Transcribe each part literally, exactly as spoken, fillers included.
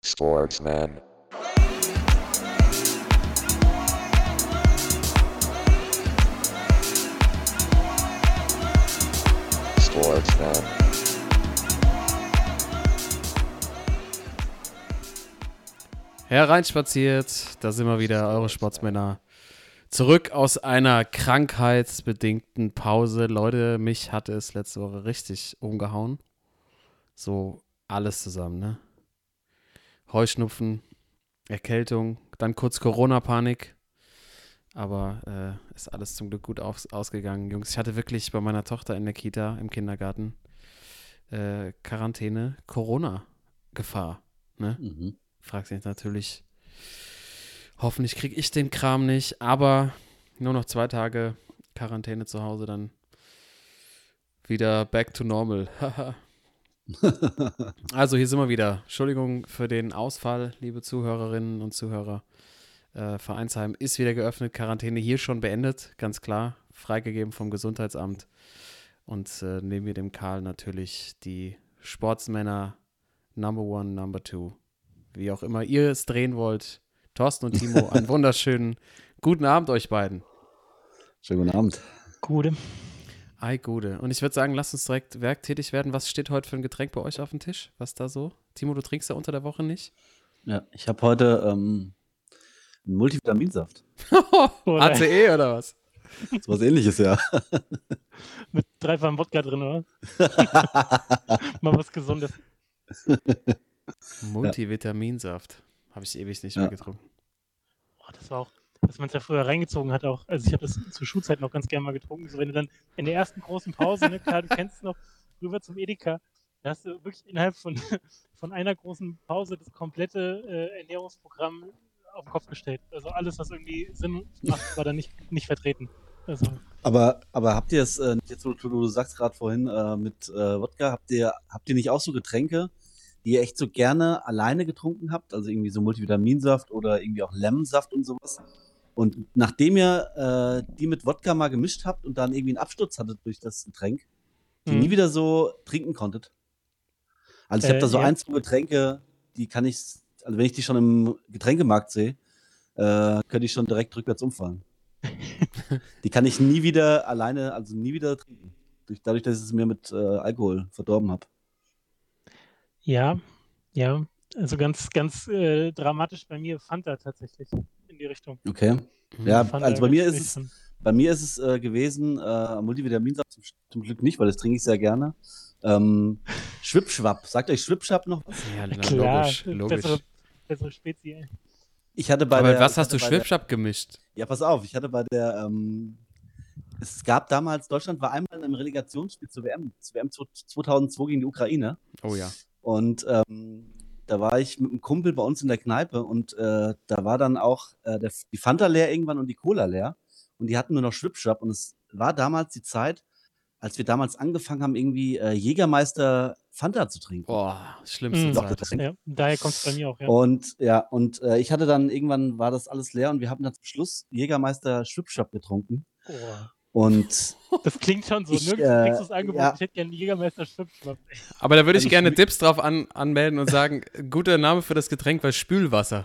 Sportsman. Sportsman. Hereinspaziert, da sind wir wieder, eure Sportsmänner. Zurück aus einer krankheitsbedingten Pause. Leute, mich hatte es letzte Woche richtig umgehauen. So alles zusammen, ne? Heuschnupfen, Erkältung, dann kurz Corona-Panik. Aber äh, ist alles zum Glück gut aus- ausgegangen. Jungs, ich hatte wirklich bei meiner Tochter in der Kita, im Kindergarten, äh, Quarantäne, Corona-Gefahr, ne? Mhm. Fragt sich natürlich, hoffentlich kriege ich den Kram nicht, aber nur noch zwei Tage Quarantäne zu Hause, dann wieder back to normal. Also hier sind wir wieder. Entschuldigung für den Ausfall, liebe Zuhörerinnen und Zuhörer. Äh, Vereinsheim ist wieder geöffnet, Quarantäne hier schon beendet, ganz klar, freigegeben vom Gesundheitsamt. Und äh, neben mir dem Karl natürlich die Sportsmänner Number One, Number Two. Wie auch immer ihr es drehen wollt. Thorsten und Timo, einen wunderschönen guten Abend euch beiden. Schönen guten Abend. Gute. Ei, Gude. Und ich würde sagen, lasst uns direkt werktätig werden. Was steht heute für ein Getränk bei euch auf dem Tisch? Was da so? Timo, du trinkst ja unter der Woche nicht? Ja, ich habe heute ähm, einen Multivitaminsaft. A C E oder was? So was ähnliches, ja. Mit dreifachem Wodka drin, oder? Mal was Gesundes. Multivitaminsaft. Habe ich ewig nicht Ja. mehr getrunken. Boah, das war auch, dass man es ja früher reingezogen hat auch. Also ich habe das zur Schulzeit noch ganz gerne mal getrunken. So wenn du dann in der ersten großen Pause, ne, klar, du kennst es noch, rüber zum Edeka, da hast du wirklich innerhalb von, von einer großen Pause das komplette äh, Ernährungsprogramm auf den Kopf gestellt. Also alles, was irgendwie Sinn macht, war da nicht, nicht vertreten. Also, Aber, aber habt ihr es, äh, jetzt wo du, du sagst gerade vorhin äh, mit äh, Wodka, habt ihr, habt ihr nicht auch so Getränke, die ihr echt so gerne alleine getrunken habt? Also irgendwie so Multivitaminsaft oder irgendwie auch Lemonsaft und sowas. Und nachdem ihr äh, die mit Wodka mal gemischt habt und dann irgendwie einen Absturz hattet durch das Getränk, die Mhm. nie wieder so trinken konntet. Also ich habe Äh, da so ja. ein, zwei Getränke, die kann ich, also wenn ich die schon im Getränkemarkt sehe, äh, könnte ich schon direkt rückwärts umfallen. Die kann ich nie wieder alleine, also nie wieder trinken. Durch, dadurch, dass ich es mir mit äh, Alkohol verdorben habe. ja, ja. Also ganz, ganz äh, dramatisch bei mir Fanta tatsächlich in die Richtung. Okay. Ja, Fanta also bei ganz mir ist spät es, schon. bei mir ist es äh, gewesen, äh, Multivitaminsaft zum, zum Glück nicht, weil das trinke ich sehr gerne. Ähm, Schwipschwapp. Sagt euch Schwipschwapp noch was? Ja, na, Klar, logisch, logisch. Bessere, bessere Spezi, ey. Ich hatte bei Aber der, was ich hast du hatte bei der- Schwipschwapp gemischt? Ja, pass auf, ich hatte bei der, ähm, es gab damals, Deutschland war einmal in einem Relegationsspiel zur W M, zur W M zweitausendzwei gegen die Ukraine. Oh ja. Und ähm, da war ich mit einem Kumpel bei uns in der Kneipe und äh, da war dann auch äh, der, die Fanta leer irgendwann und die Cola leer. Und die hatten nur noch Schwipschwapp. Und es war damals die Zeit, als wir damals angefangen haben, irgendwie äh, Jägermeister Fanta zu trinken. Boah, schlimmste Mhm. Doch, Zeit. das Getränk. Ja, daher kommt es bei mir auch, ja. Und ja, und äh, ich hatte dann irgendwann war das alles leer und wir haben dann zum Schluss Jägermeister Schwipschwapp getrunken. Oh, Und das klingt schon so. Ich, Nirgends äh, kriegst du das Angebot, ja. ich hätte gerne Jägermeister Schwipschwapp. Aber da würde ich Also gerne ich- Dips drauf an, anmelden und sagen, guter Name für das Getränk war Spülwasser.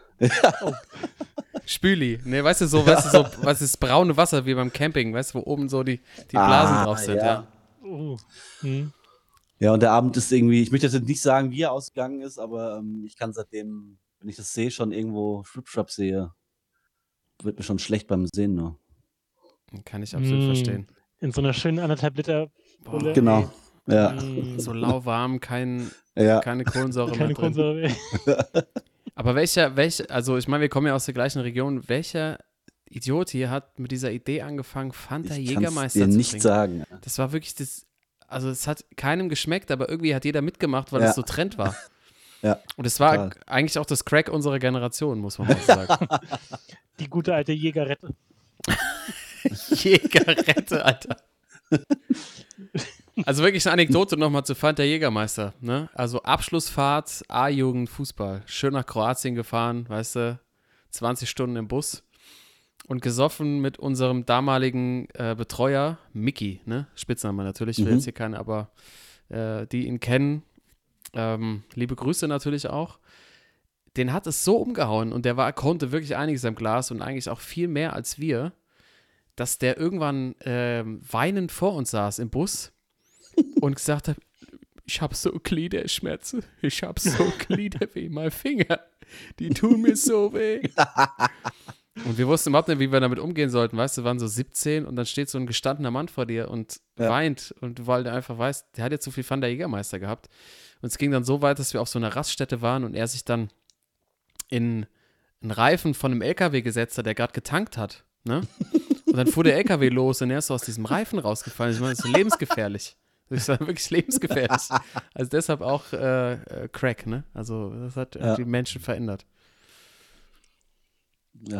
Spüli. Ne, weißt du, so, weißt du, so, was ist braune Wasser wie beim Camping, weißt du, wo oben so die, die Blasen Ah, drauf sind, ja. ja. Oh. Hm. Ja, und der Abend ist irgendwie, ich möchte jetzt nicht sagen, wie er ausgegangen ist, aber ähm, ich kann seitdem, wenn ich das sehe, schon irgendwo Schwipschwapp sehe, wird mir schon schlecht beim Sehen nur. Kann ich absolut Mm. verstehen. In so einer schönen anderthalb Liter Boah, Pulle. Genau. Ja. Mm. So lauwarm, kein, Ja. keine Kohlensäure Keine mehr drin. Kohlensäure. Aber welcher, welch, also ich meine, wir kommen ja aus der gleichen Region, welcher Idiot hier hat mit dieser Idee angefangen, Fanta Ich kann es Jägermeister dir zu nicht trinken? sagen. Das war wirklich das, also es hat keinem geschmeckt, aber irgendwie hat jeder mitgemacht, weil Ja. es so Trend war. Ja, Und es war total. eigentlich auch das Crack unserer Generation, muss man mal so sagen. Die gute alte Jägerrette. Jägerrette, Alter. Also wirklich eine Anekdote nochmal zu Fanta Jägermeister. Ne? Also Abschlussfahrt, A-Jugend, Fußball. Schön nach Kroatien gefahren, weißt du, zwanzig Stunden im Bus. Und gesoffen mit unserem damaligen äh, Betreuer, Mickey, ne? Spitzname natürlich, ich will Mhm. jetzt hier keine, aber äh, die ihn kennen, ähm, liebe Grüße natürlich auch. den hat es so umgehauen und der war, konnte wirklich einiges am Glas und eigentlich auch viel mehr als wir, dass der irgendwann ähm, weinend vor uns saß im Bus und gesagt hat, ich habe so Gliederschmerzen, ich habe so Gliederweh, meine Finger, die tun mir so weh. Und wir wussten überhaupt nicht, wie wir damit umgehen sollten, weißt du, wir waren so siebzehn und dann steht so ein gestandener Mann vor dir und Ja. weint und weil der einfach weiß, der hat jetzt zu viel Van der Jägermeister gehabt. Und es ging dann so weit, dass wir auf so einer Raststätte waren und er sich dann in einen Reifen von einem L K W gesetzt hat, der gerade getankt hat, ne? Und dann fuhr der L K W los und er ist so aus diesem Reifen rausgefallen. Ich meine, das ist so lebensgefährlich. Das war wirklich lebensgefährlich. Also deshalb auch äh, äh, Crack, ne? Also das hat Ja. die Menschen verändert. Ja.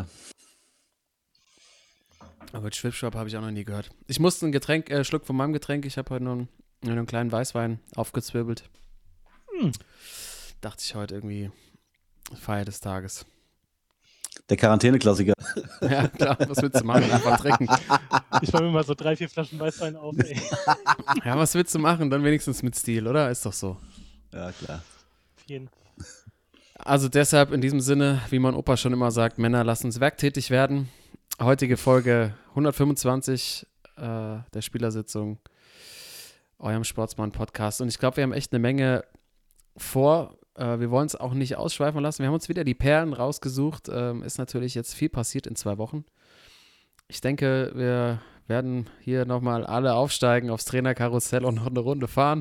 Aber Schwipschwap habe ich auch noch nie gehört. Ich musste einen Getränk, äh, Schluck von meinem Getränk, ich habe heute nur einen, nur einen kleinen Weißwein aufgezwirbelt. Hm. Dachte ich heute irgendwie Feier des Tages. Der Quarantäne-Klassiker. Ja, klar, was willst du machen? Einfach trinken. Ich war mir mal so drei, vier Flaschen Weißwein auf, ey. Ja, was willst du machen? Dann wenigstens mit Stil, oder? Ist doch so. Ja, klar. Auf jeden. Also deshalb in diesem Sinne, wie mein Opa schon immer sagt, Männer, lasst uns werktätig werden. Heutige Folge hundertfünfundzwanzig äh, der Spielersitzung, eurem Sportsmann-Podcast. Und ich glaube, wir haben echt eine Menge vor. Äh, wir wollen es auch nicht ausschweifen lassen. Wir haben uns wieder die Perlen rausgesucht. Ähm, ist natürlich jetzt viel passiert in zwei Wochen. Ich denke, wir werden hier nochmal alle aufsteigen aufs Trainerkarussell und noch eine Runde fahren.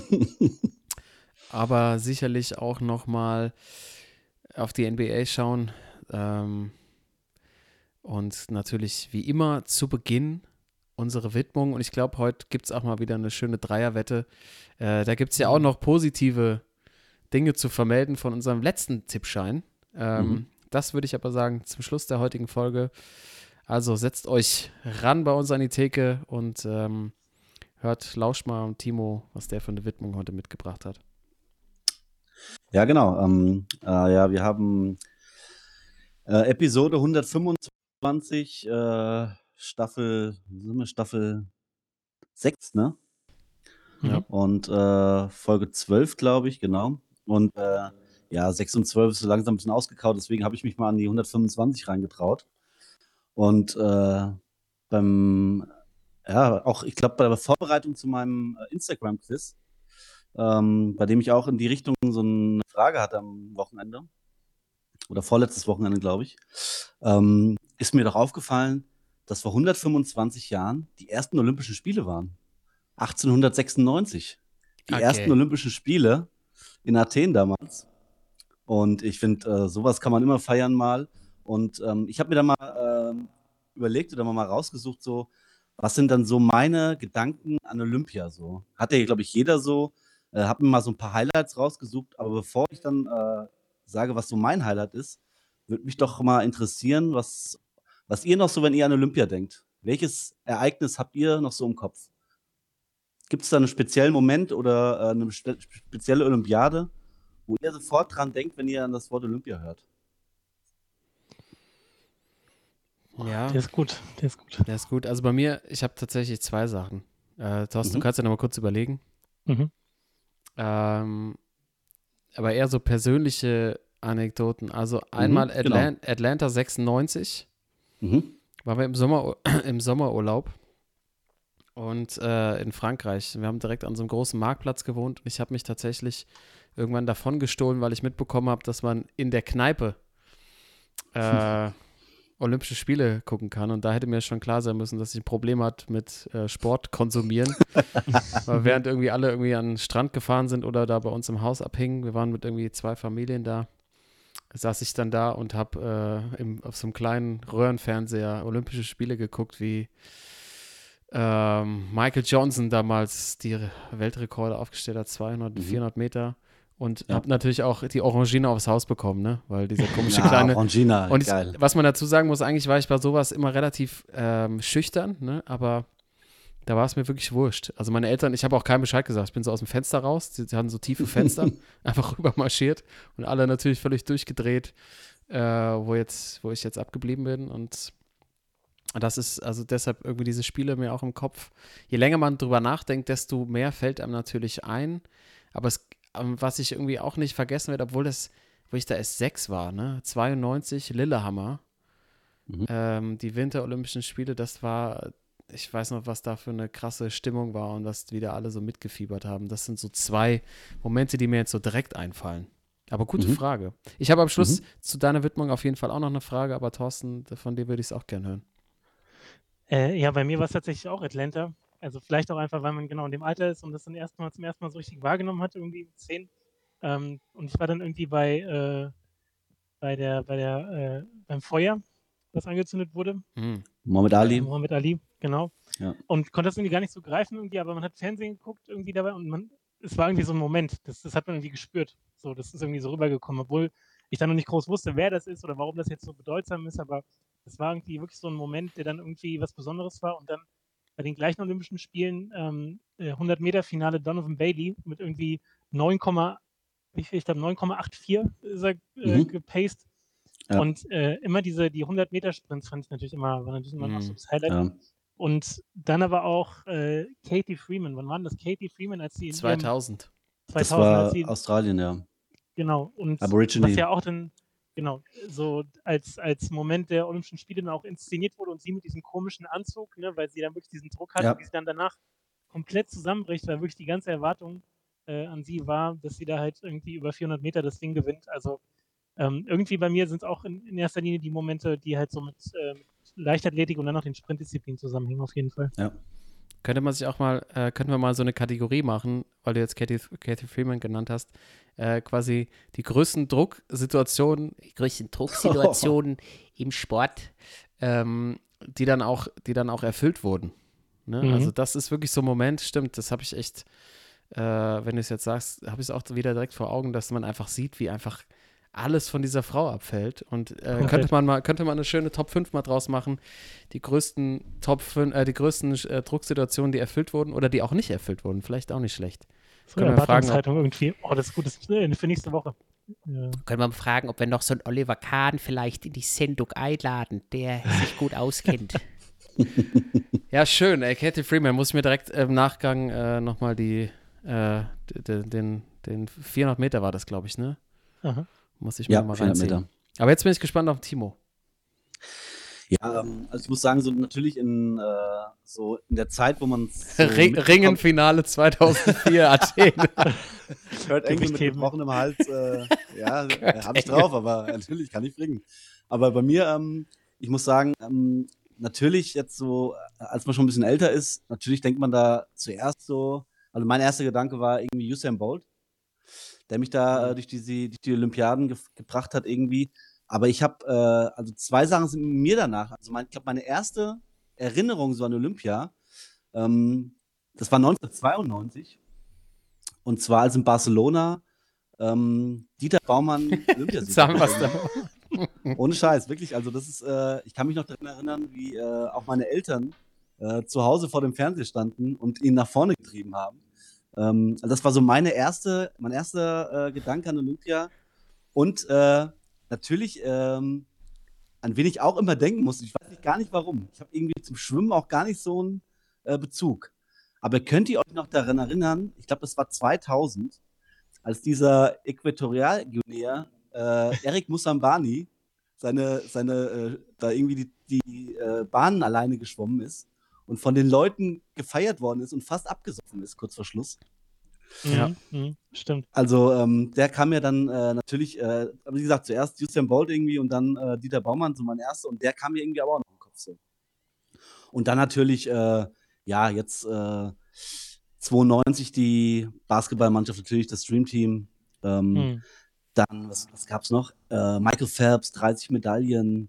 Aber sicherlich auch nochmal auf die N B A schauen. Ähm, und natürlich wie immer zu Beginn unsere Widmung. Und ich glaube, heute gibt es auch mal wieder eine schöne Dreierwette. Äh, da gibt es ja auch noch positive Dinge zu vermelden von unserem letzten Tippschein. Ähm, Mhm. Das würde ich aber sagen zum Schluss der heutigen Folge. Also setzt euch ran bei uns an die Theke und ähm, hört, lauscht mal und Timo, was der für eine Widmung heute mitgebracht hat. Ja, genau. Ähm, äh, ja, wir haben äh, Episode hundertfünfundzwanzig, äh, Staffel, wo sind wir? Staffel sechs, ne? Ja. Und äh, Folge zwölf, glaube ich, genau. Und äh, ja, sechs und zwölf ist so langsam ein bisschen ausgekaut, deswegen habe ich mich mal an die hundertfünfundzwanzig reingetraut. Und äh, beim, ja, auch, ich glaube, bei der Vorbereitung zu meinem äh, Instagram-Quiz, ähm, bei dem ich auch in die Richtung so eine Frage hatte am Wochenende, oder vorletztes Wochenende, glaube ich, ähm, ist mir doch aufgefallen, dass vor hundertfünfundzwanzig Jahren die ersten Olympischen Spiele waren. achtzehnhundertsechsundneunzig. Die Okay. ersten Olympischen Spiele in Athen damals. Und ich finde, äh, sowas kann man immer feiern mal. Und ähm, ich habe mir da mal ähm, überlegt oder mal rausgesucht, so, was sind dann so meine Gedanken an Olympia so? Hat ja, glaube ich, jeder so. Äh, habe mir mal so ein paar Highlights rausgesucht. Aber bevor ich dann äh, sage, was so mein Highlight ist, würde mich doch mal interessieren, was, was ihr noch so, wenn ihr an Olympia denkt. Welches Ereignis habt ihr noch so im Kopf? Gibt es da einen speziellen Moment oder äh, eine spe spezielle Olympiade, wo ihr sofort dran denkt, wenn ihr an das Wort Olympia hört? Ja, Der ist gut, der ist gut. der ist gut. Also bei mir, ich habe tatsächlich zwei Sachen. Äh, Thorsten, Mhm. du kannst ja noch mal kurz überlegen. Mhm. Ähm, aber eher so persönliche Anekdoten. Also einmal genau. Atlan Atlanta sechsundneunzig, Mhm. waren wir im, Sommer im Sommerurlaub und äh, in Frankreich. Wir haben direkt an so einem großen Marktplatz gewohnt und ich habe mich tatsächlich irgendwann davon gestohlen, weil ich mitbekommen habe, dass man in der Kneipe äh, Olympische Spiele gucken kann. Und da hätte mir schon klar sein müssen, dass ich ein Problem hat mit äh, Sport konsumieren. Weil während irgendwie alle irgendwie an den Strand gefahren sind oder da bei uns im Haus abhingen, wir waren mit irgendwie zwei Familien da, saß ich dann da und habe äh, auf so einem kleinen Röhrenfernseher Olympische Spiele geguckt, wie ähm, Michael Johnson damals die Weltrekorde aufgestellt hat, zweihundert, Mhm. vierhundert Meter. Und Ja. habe natürlich auch die Orangina aufs Haus bekommen, ne? Weil dieser komische Ja, kleine. Orangina, Und ich, geil. was man dazu sagen muss, eigentlich war ich bei sowas immer relativ ähm, schüchtern, ne? Aber da war es mir wirklich wurscht. Also meine Eltern, ich habe auch keinem Bescheid gesagt. Ich bin so aus dem Fenster raus, die, die hatten so tiefe Fenster, einfach rüber marschiert und alle natürlich völlig durchgedreht, äh, wo jetzt, wo ich jetzt abgeblieben bin. Und das ist also deshalb irgendwie diese Spiele mir auch im Kopf. Je länger man drüber nachdenkt, desto mehr fällt einem natürlich ein. Aber es, ähm, was ich irgendwie auch nicht vergessen werde, obwohl das wo ich da erst sechs war, ne? zweiundneunzig, Lillehammer. Mhm. Ähm, die Winterolympischen Spiele, das war, ich weiß noch, was da für eine krasse Stimmung war und was wieder alle so mitgefiebert haben. Das sind so zwei Momente, die mir jetzt so direkt einfallen. Aber gute Mhm. Frage. Ich habe am Schluss Mhm. zu deiner Widmung auf jeden Fall auch noch eine Frage, aber Thorsten, von dir würde ich es auch gerne hören. Äh, ja, bei mir war es tatsächlich auch Atlanta. Also vielleicht auch einfach, weil man genau in dem Alter ist und das dann erst mal zum ersten Mal so richtig wahrgenommen hat, irgendwie mit zehn. Ähm, und ich war dann irgendwie bei, äh, bei der, bei der, äh, beim Feuer, das angezündet wurde. Hm. Muhammad Äh, Ali. Muhammad Ali, genau. Ja. Und konnte das irgendwie gar nicht so greifen irgendwie, aber man hat Fernsehen geguckt irgendwie dabei und man, es war irgendwie so ein Moment, das, das hat man irgendwie gespürt. So, das ist irgendwie so rübergekommen, obwohl ich dann noch nicht groß wusste, wer das ist oder warum das jetzt so bedeutsam ist, aber es war irgendwie wirklich so ein Moment, der dann irgendwie was Besonderes war und dann bei den gleichen Olympischen Spielen ähm, äh, hundert Meter Finale Donovan Bailey mit irgendwie neun, wie viel, ich glaube neun Komma vierundachtzig ist er äh, Mhm. gepaced. Ja. Und äh, immer diese, die hundert Meter Sprints fand ich natürlich immer, war natürlich immer noch so Mhm. das Highlight. Ja. Und dann aber auch äh, Katie Freeman. Wann war denn das? Katie Freeman, als sie in ihrem zweitausend. Das zweitausend, als war sie, Australien, ja. genau, und was Aborigine. ja auch dann, genau, so als, als Moment der Olympischen Spiele dann auch inszeniert wurde und sie mit diesem komischen Anzug, ne, weil sie dann wirklich diesen Druck hatte, Ja. wie sie dann danach komplett zusammenbricht, weil wirklich die ganze Erwartung äh, an sie war, dass sie da halt irgendwie über vierhundert Meter das Ding gewinnt. Also ähm, irgendwie bei mir sind es auch in, in erster Linie die Momente, die halt so mit, äh, mit Leichtathletik und dann noch den Sprintdisziplinen zusammenhängen, auf jeden Fall. Ja. Könnte man sich auch mal, äh, könnten wir mal so eine Kategorie machen, weil du jetzt Katie, Katie Freeman genannt hast, äh, quasi die größten Drucksituationen, die größten Drucksituationen im Sport, ähm, die dann auch, die dann auch erfüllt wurden. Ne? Mhm. Also das ist wirklich so ein Moment, stimmt, das habe ich echt, äh, wenn du es jetzt sagst, habe ich es auch wieder direkt vor Augen, dass man einfach sieht, wie einfach alles von dieser Frau abfällt. Und äh, Komplett. könnte man mal, könnte man eine schöne Top fünf mal draus machen, die größten Top fünf, äh, die größten äh, Drucksituationen, die erfüllt wurden oder die auch nicht erfüllt wurden. Vielleicht auch nicht schlecht. So Können wir fragen, ob, Erwartungshaltung irgendwie. Oh, das ist gut, das ist äh, für nächste Woche. Ja. können wir mal fragen, ob wir noch so einen Oliver Kahn vielleicht in die Sendung einladen, der sich gut auskennt. Ja, schön. Ey, Katie Freeman, muss ich mir direkt im Nachgang äh, nochmal die, äh, den, den, den vierhundert Meter war das, glaube ich, ne? Aha. Muss ich mir Ja, mal vierhundert reinziehen. Meter. Aber jetzt bin ich gespannt auf Timo. Ja, ähm, also ich muss sagen, so natürlich in, äh, so in der Zeit, wo man so Ring, mitbekommt- Ringenfinale zweitausendvier Athen. Hört Engel mit Gewichtheben. gebrochenem Hals, äh, ja, äh, habe ich drauf, aber natürlich kann ich bringen. Aber bei mir, ähm, ich muss sagen, ähm, natürlich jetzt so, äh, als man schon ein bisschen älter ist, natürlich denkt man da zuerst so, also mein erster Gedanke war irgendwie Usain Bolt, der mich da äh, durch, diese, durch die Olympiaden ge gebracht hat irgendwie. Aber ich habe, äh, also zwei Sachen sind mir danach, also mein, ich glaube, meine erste Erinnerung so an Olympia, ähm, das war neunzehnhundertzweiundneunzig. Und zwar als in Barcelona ähm, Dieter Baumann Olympiasieger Sagen wir es geworden da. ist. Ohne Scheiß, wirklich. Also das ist, äh, ich kann mich noch daran erinnern, wie äh, auch meine Eltern äh, zu Hause vor dem Fernseher standen und ihn nach vorne getrieben haben. Ähm, also das war so meine erste, mein erster äh, Gedanke an Olympia. Und äh, natürlich, ähm, an wen ich auch immer denken musste, ich weiß nicht, gar nicht warum. Ich habe irgendwie zum Schwimmen auch gar nicht so einen äh, Bezug. Aber könnt ihr euch noch daran erinnern, ich glaube, das war zweitausend, als dieser Äquatorialguinea äh, Eric Musambani seine, seine äh, da irgendwie die, die äh, Bahnen alleine geschwommen ist und von den Leuten gefeiert worden ist und fast abgesoffen ist, kurz vor Schluss. Ja. Mhm. Mhm. Stimmt. Also ähm, der kam ja dann äh, natürlich, äh, wie gesagt, zuerst Usain Bolt irgendwie und dann äh, Dieter Baumann, so mein erster, und der kam mir irgendwie aber auch noch im Kopf so. Und dann natürlich, äh, ja, jetzt äh, zweiundneunzig die Basketballmannschaft, natürlich das Dream Team. Ähm, Mhm. Dann, was, was gab's noch? Äh, Michael Phelps, dreißig Medaillen.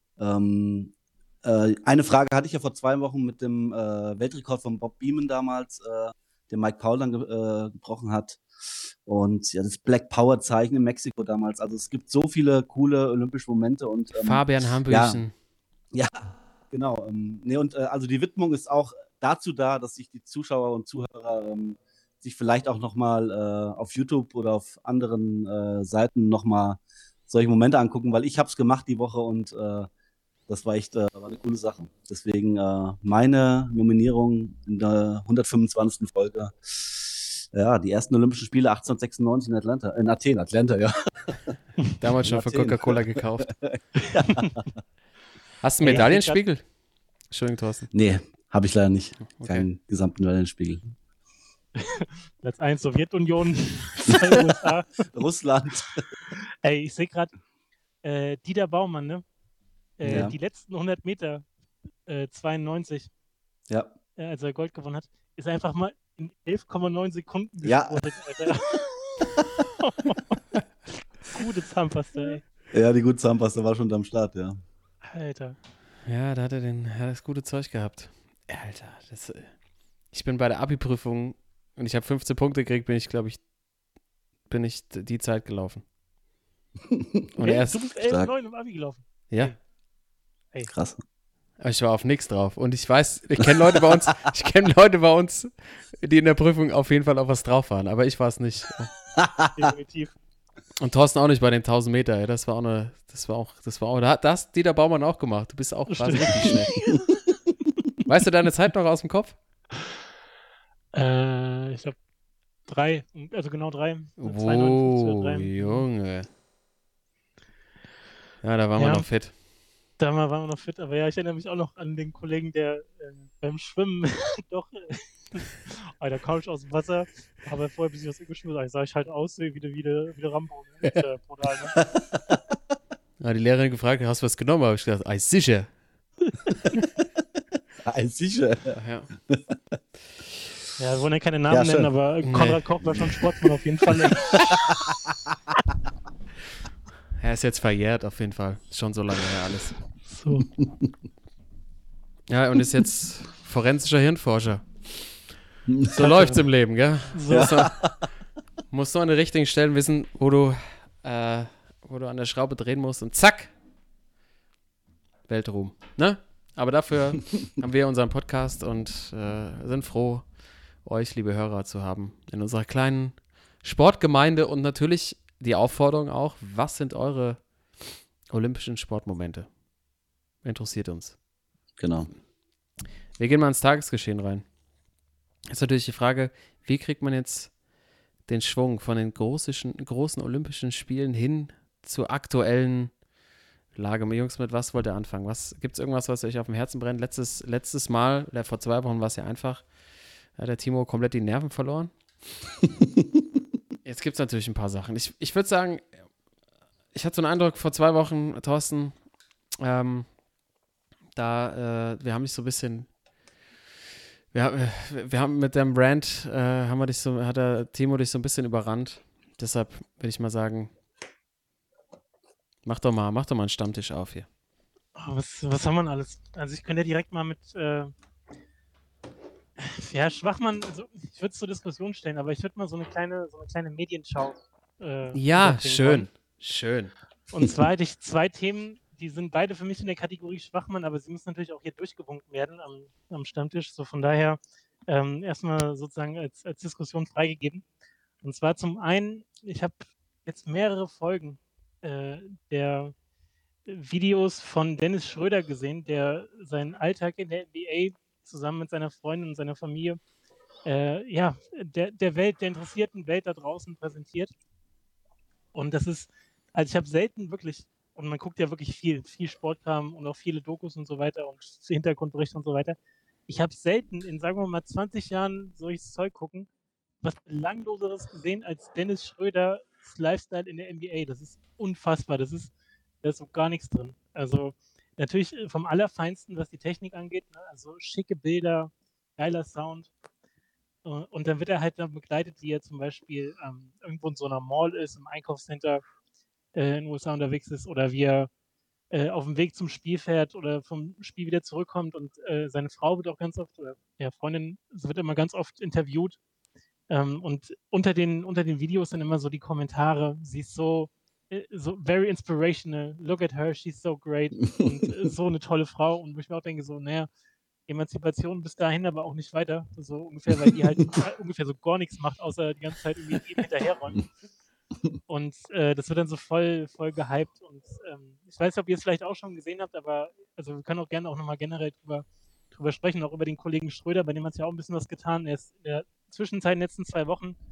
Ähm, äh, eine Frage hatte ich ja vor zwei Wochen mit dem äh, Weltrekord von Bob Beamon damals, äh, den Mike Powell dann ge äh, gebrochen hat. Und ja, das Black Power Zeichen in Mexiko damals. Also es gibt so viele coole olympische Momente und ähm, Fabian Hambüchen. ja, genau. Ähm, nee, und äh, also die Widmung ist auch dazu da, dass sich die Zuschauer und Zuhörer ähm, sich vielleicht auch nochmal äh, auf YouTube oder auf anderen äh, Seiten nochmal solche Momente angucken, weil ich habe es gemacht die Woche und äh, das war echt äh, war eine coole Sache. Deswegen äh, meine Nominierung in der hundertfünfundzwanzigsten Folge Ja, die ersten Olympischen Spiele achtzehnhundertsechsundneunzig in Atlanta, in Athen, Atlanta, ja. Damals schon für Athen. Coca-Cola gekauft. Hast du einen Ey, Medaillenspiegel? Entschuldigung, Thorsten. Nee, habe ich leider nicht. Okay. Keinen gesamten Medaillenspiegel. Platz eins Sowjetunion, zwei U S A. Russland. Ey, ich sehe gerade, äh, Dieter Baumann, ne? Äh, Ja. Die letzten hundert Meter, äh, zweiundneunzig, Ja. äh, als er Gold gewonnen hat, ist einfach mal in elf Komma neun Sekunden Ja. gespurtet, Alter. Gute Zahnpasta, ey. Ja, die gute Zahnpasta war schon am Start, ja. Alter. Ja, da hat er den, hat das gute Zeug gehabt. Alter, das, äh, ich bin bei der Abi-Prüfung und ich habe fünfzehn Punkte gekriegt, bin ich, glaube ich, bin ich d- die Zeit gelaufen. Und Ey, erst, du bist elf Komma neun im Abi gelaufen. ja, Krass. aber ich war auf nichts drauf. Und ich weiß, ich kenne Leute bei uns, ich kenne Leute bei uns, die in der Prüfung auf jeden Fall auf was drauf waren, aber ich war es nicht. Definitiv. Und Thorsten auch nicht bei den tausend Meter, ey. Das war auch eine, das war auch, das war auch, da hat das Dieter Baumann auch gemacht. Du bist auch quasi Stimmt. richtig schnell. Weißt du deine Zeit noch aus dem Kopf? Äh, ich glaube, drei, also genau drei. Oh, zweiundneunzig oder drei. Junge. Ja, da waren wir Ja. noch fit. Da waren wir noch fit, aber ja, ich erinnere mich auch noch an den Kollegen, der äh, beim Schwimmen doch, äh, Alter, kam ich aus dem Wasser, aber vorher bis ich aus dem geschwimmen, sah ich halt aus wie der, wie der, wie der Rambo. Ne? Das ist, äh, brutal, ne? Ja, die Lehrerin gefragt, hast du was genommen? Habe ich gesagt, ah, sicher. Ah, sicher. Ja. Ja, wir wollen ja keine Namen Ja, schön. nennen, aber Nee. Konrad Koch war schon Sportsmann auf jeden Fall. ey. Er ist jetzt verjährt auf jeden Fall. Ist schon so lange her alles. So. Ja, und ist jetzt forensischer Hirnforscher. So läuft's im Leben, gell? So. Musst du, musst du an den richtigen Stellen wissen, wo du, äh, wo du an der Schraube drehen musst und zack, Weltruhm. Ne? Aber dafür haben wir unseren Podcast und äh, sind froh, euch, liebe Hörer, zu haben in unserer kleinen Sportgemeinde und natürlich die Aufforderung auch, was sind eure olympischen Sportmomente? Interessiert uns. Genau. Wir gehen mal ins Tagesgeschehen rein. Jetzt ist natürlich die Frage, wie kriegt man jetzt den Schwung von den großen, großen Olympischen Spielen hin zur aktuellen Lage? Jungs, mit was wollt ihr anfangen? Gibt es irgendwas, was euch auf dem Herzen brennt? Letztes, letztes Mal, äh, vor zwei Wochen war es ja einfach, hat der Timo komplett die Nerven verloren. Jetzt gibt es natürlich ein paar Sachen. Ich, ich würde sagen, ich hatte so einen Eindruck vor zwei Wochen, Thorsten, ähm, da, äh, wir haben dich so ein bisschen, wir, äh, wir haben mit dem Brand, äh, haben wir dich so, hat der Timo dich so ein bisschen überrannt. Deshalb würde ich mal sagen, mach doch mal, mach doch mal einen Stammtisch auf hier. Oh, was, was haben wir denn alles? Also ich könnte ja direkt mal mit, äh, ja, Schwachmann, also ich würde es zur Diskussion stellen, aber ich würde mal so eine kleine, so eine kleine Medienschau. Äh, Ja, unterbringen schön, wollen. schön. Und zwar hätte ich zwei Themen, die sind beide für mich in der Kategorie Schwachmann, aber sie müssen natürlich auch hier durchgewunken werden am, am Stammtisch. So von daher ähm, erstmal sozusagen als, als Diskussion freigegeben. Und zwar zum einen, ich habe jetzt mehrere Folgen äh, der Videos von Dennis Schröder gesehen, der seinen Alltag in der N B A zusammen mit seiner Freundin und seiner Familie äh, ja, der, der Welt, der interessierten Welt da draußen präsentiert. Und das ist, also ich habe selten wirklich, und man guckt ja wirklich viel, viel Sportkram und auch viele Dokus und so weiter und Hintergrundberichte und so weiter. Ich habe selten in, sagen wir mal, zwanzig Jahren solches Zeug gucken, was Belangloseres gesehen als Dennis Schröders Lifestyle in der N B A. Das ist unfassbar. Das ist, da ist so gar nichts drin. Also natürlich vom Allerfeinsten, was die Technik angeht. Ne? Also schicke Bilder, geiler Sound. Und dann wird er halt dann begleitet, wie er zum Beispiel ähm, irgendwo in so einer Mall ist, im Einkaufscenter äh, in den U S A unterwegs ist oder wie er äh, auf dem Weg zum Spiel fährt oder vom Spiel wieder zurückkommt und äh, seine Frau wird auch ganz oft, oder ja, Freundin wird immer ganz oft interviewt ähm, und unter den, unter den Videos sind immer so die Kommentare, sie ist so, äh, so very inspirational, look at her, she's so great und äh, so eine tolle Frau und wo ich mir auch denke, so, naja, Emanzipation bis dahin, aber auch nicht weiter. So ungefähr, weil die halt ungefähr so gar nichts macht, außer die ganze Zeit irgendwie jedem hinterherräumen. Und äh, das wird dann so voll, voll gehypt. Und ähm, ich weiß nicht, ob ihr es vielleicht auch schon gesehen habt, aber also wir können auch gerne auch nochmal generell drüber, drüber sprechen, auch über den Kollegen Schröder, bei dem hat es ja auch ein bisschen was getan. Er ist in der Zwischenzeit in den letzten zwei Wochen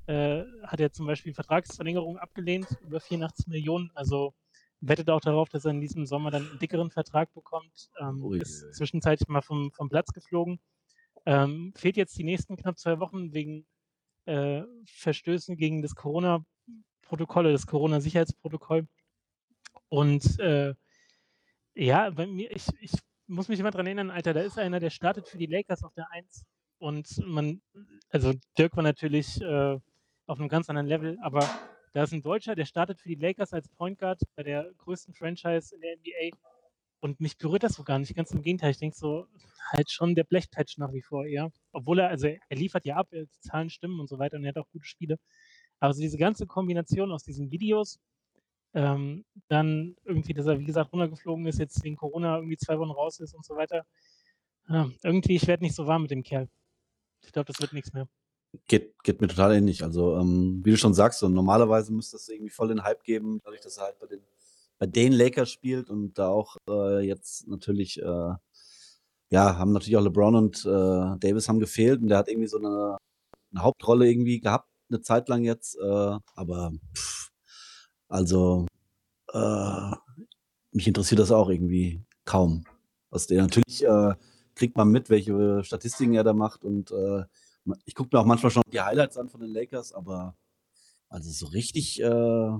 äh, hat er zum Beispiel Vertragsverlängerung abgelehnt, über vierundachtzig Millionen. Also wettet auch darauf, dass er in diesem Sommer dann einen dickeren Vertrag bekommt. Ähm, Ui, ist ui, ui. zwischenzeitlich mal vom, vom Platz geflogen. Ähm, fehlt jetzt die nächsten knapp zwei Wochen wegen äh, Verstößen gegen das Corona-Protokoll, das Corona-Sicherheitsprotokoll. Und äh, ja, bei mir, ich, ich muss mich immer dran erinnern, Alter, da ist einer, der startet für die Lakers auf der eins. Und man, also Dirk war natürlich äh, auf einem ganz anderen Level, aber da ist ein Deutscher, der startet für die Lakers als Point Guard bei der größten Franchise in der N B A. Und mich berührt das so gar nicht. Ganz im Gegenteil, ich denke so, halt schon der Blechpatch nach wie vor eher. Obwohl er, also er liefert ja ab, die Zahlen stimmen und so weiter und er hat auch gute Spiele. Aber so diese ganze Kombination aus diesen Videos, ähm, dann irgendwie, dass er, wie gesagt, runtergeflogen ist, jetzt wegen Corona irgendwie zwei Wochen raus ist und so weiter. Ja, irgendwie, ich werde nicht so warm mit dem Kerl. Ich glaube, das wird nichts mehr. Geht, geht mir total ähnlich. Also, ähm, wie du schon sagst, so normalerweise müsste es irgendwie voll den Hype geben, dadurch, dass er halt bei den, bei den Lakers spielt und da auch äh, jetzt natürlich, äh, ja, haben natürlich auch LeBron und äh, Davis haben gefehlt und der hat irgendwie so eine, eine Hauptrolle irgendwie gehabt, eine Zeit lang jetzt. Äh, aber pff, also äh, mich interessiert das auch irgendwie kaum. Was der natürlich äh, kriegt man mit, welche Statistiken er da macht und äh, ich gucke mir auch manchmal schon die Highlights an von den Lakers, aber also so richtig äh,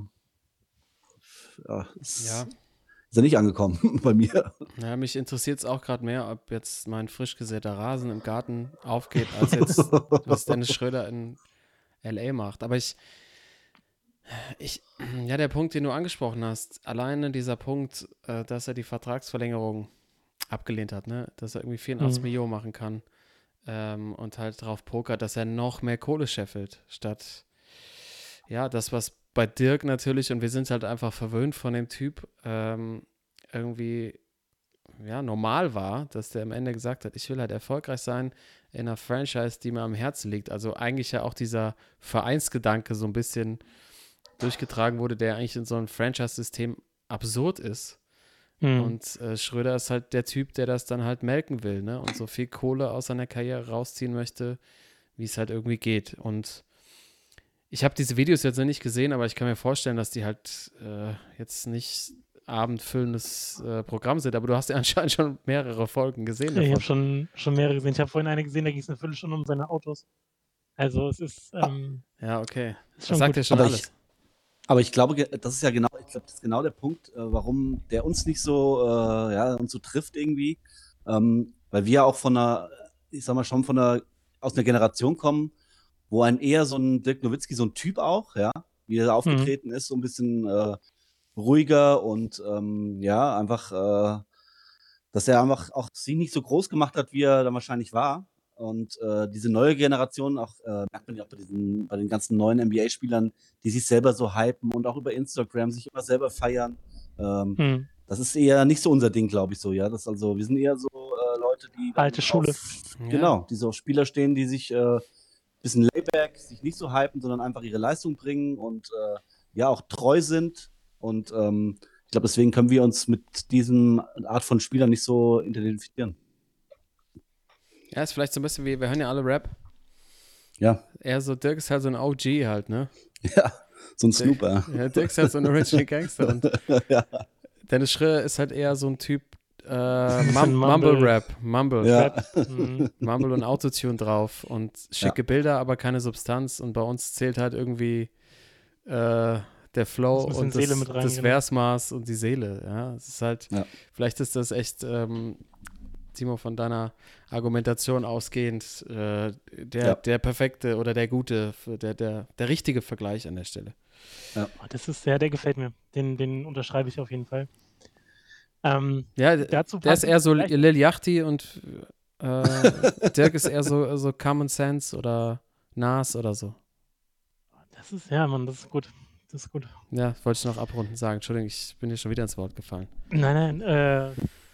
ja, ist, Ja. ist er nicht angekommen bei mir. Ja, mich interessiert es auch gerade mehr, ob jetzt mein frisch gesäter Rasen im Garten aufgeht, als jetzt, was Dennis Schröder in L A macht. Aber ich, ich, ja, der Punkt, den du angesprochen hast, alleine dieser Punkt, äh, dass er die Vertragsverlängerung abgelehnt hat, ne, dass er irgendwie vierundachtzig Mhm. Millionen machen kann ähm, und halt drauf pokert, dass er noch mehr Kohle scheffelt, statt, ja, das, was bei Dirk natürlich, und wir sind halt einfach verwöhnt von dem Typ, ähm, irgendwie ja, normal war, dass der am Ende gesagt hat, ich will halt erfolgreich sein in einer Franchise, die mir am Herzen liegt. Also eigentlich ja auch dieser Vereinsgedanke so ein bisschen durchgetragen wurde, der eigentlich in so einem Franchise-System absurd ist. Mhm. Und äh, Schröder ist halt der Typ, der das dann halt melken will, ne? Und so viel Kohle aus seiner Karriere rausziehen möchte, wie es halt irgendwie geht. Und ich habe diese Videos jetzt noch nicht gesehen, aber ich kann mir vorstellen, dass die halt äh, jetzt nicht abendfüllendes äh, Programm sind, aber du hast ja anscheinend schon mehrere Folgen gesehen Ja, ich davon. habe schon, schon mehrere gesehen. Ich habe vorhin eine gesehen, da ging es eine Viertelstunde um seine Autos. Also es ist, ähm, Ja, okay. ist Das schon sagt gut. ja schon Aber ich- alles. Aber ich glaube, ge- das ist ja genau, ich glaube, das ist genau der Punkt, äh, warum der uns nicht so, äh, ja, uns so trifft irgendwie. Ähm, weil wir auch von einer, ich sag mal schon von einer, aus einer Generation kommen, wo ein eher so ein Dirk Nowitzki, so ein Typ auch, ja, wie er aufgetreten ist, so ein bisschen äh, ruhiger und ähm, ja, einfach, äh, dass er einfach auch sich nicht so groß gemacht hat, wie er dann wahrscheinlich war. Und äh, diese neue Generation, auch äh, merkt man ja auch bei, diesen, bei den ganzen neuen N B A-Spielern, die sich selber so hypen und auch über Instagram sich immer selber feiern. Ähm, Mhm. Das ist eher nicht so unser Ding, glaube ich, so, ja. Das also, wir sind eher so äh, Leute, die dann Alte Schule. auf, Ja. genau, die so auf Spieler stehen, die sich äh, bisschen layback, sich nicht so hypen, sondern einfach ihre Leistung bringen und äh, ja auch treu sind. Und ähm, ich glaube, deswegen können wir uns mit diesem Art von Spielern nicht so identifizieren. Ja, ist vielleicht so ein bisschen wie, wir hören ja alle Rap. Ja, Er so, Dirk ist halt so ein O G halt, ne? ja, so ein Snooper. Ja, Dirk ist halt so ein Original Gangster und ja. Dennis Schröder ist halt eher so ein Typ äh, Bisschen Mum Mumble. Mumble Rap, Mumble. Ja. Rap. Mhm. Mumble und Autotune drauf und schicke Bilder, aber keine Substanz. Und bei uns zählt halt irgendwie äh, der Flow Muss ein bisschen und das, Seele mit rein, das genau. Versmaß und die Seele. Ja, es ist halt, Ja. vielleicht ist das echt, ähm, Timo, von deiner Argumentation ausgehend, äh, der, Ja. der perfekte oder der gute, der, der, der richtige Vergleich an der Stelle. Oh, das ist, ja, der gefällt mir. Den, den unterschreibe ich auf jeden Fall. Ähm, Ja, dazu der ist passend eher so vielleicht- Lil Yachty und äh, Dirk ist eher so, so Common Sense oder Nas oder so. Das ist, ja, Mann, das ist gut. Das ist gut. Ja, wollte ich noch abrunden sagen. Entschuldigung, ich bin dir schon wieder ins Wort gefallen. Nein, nein, äh,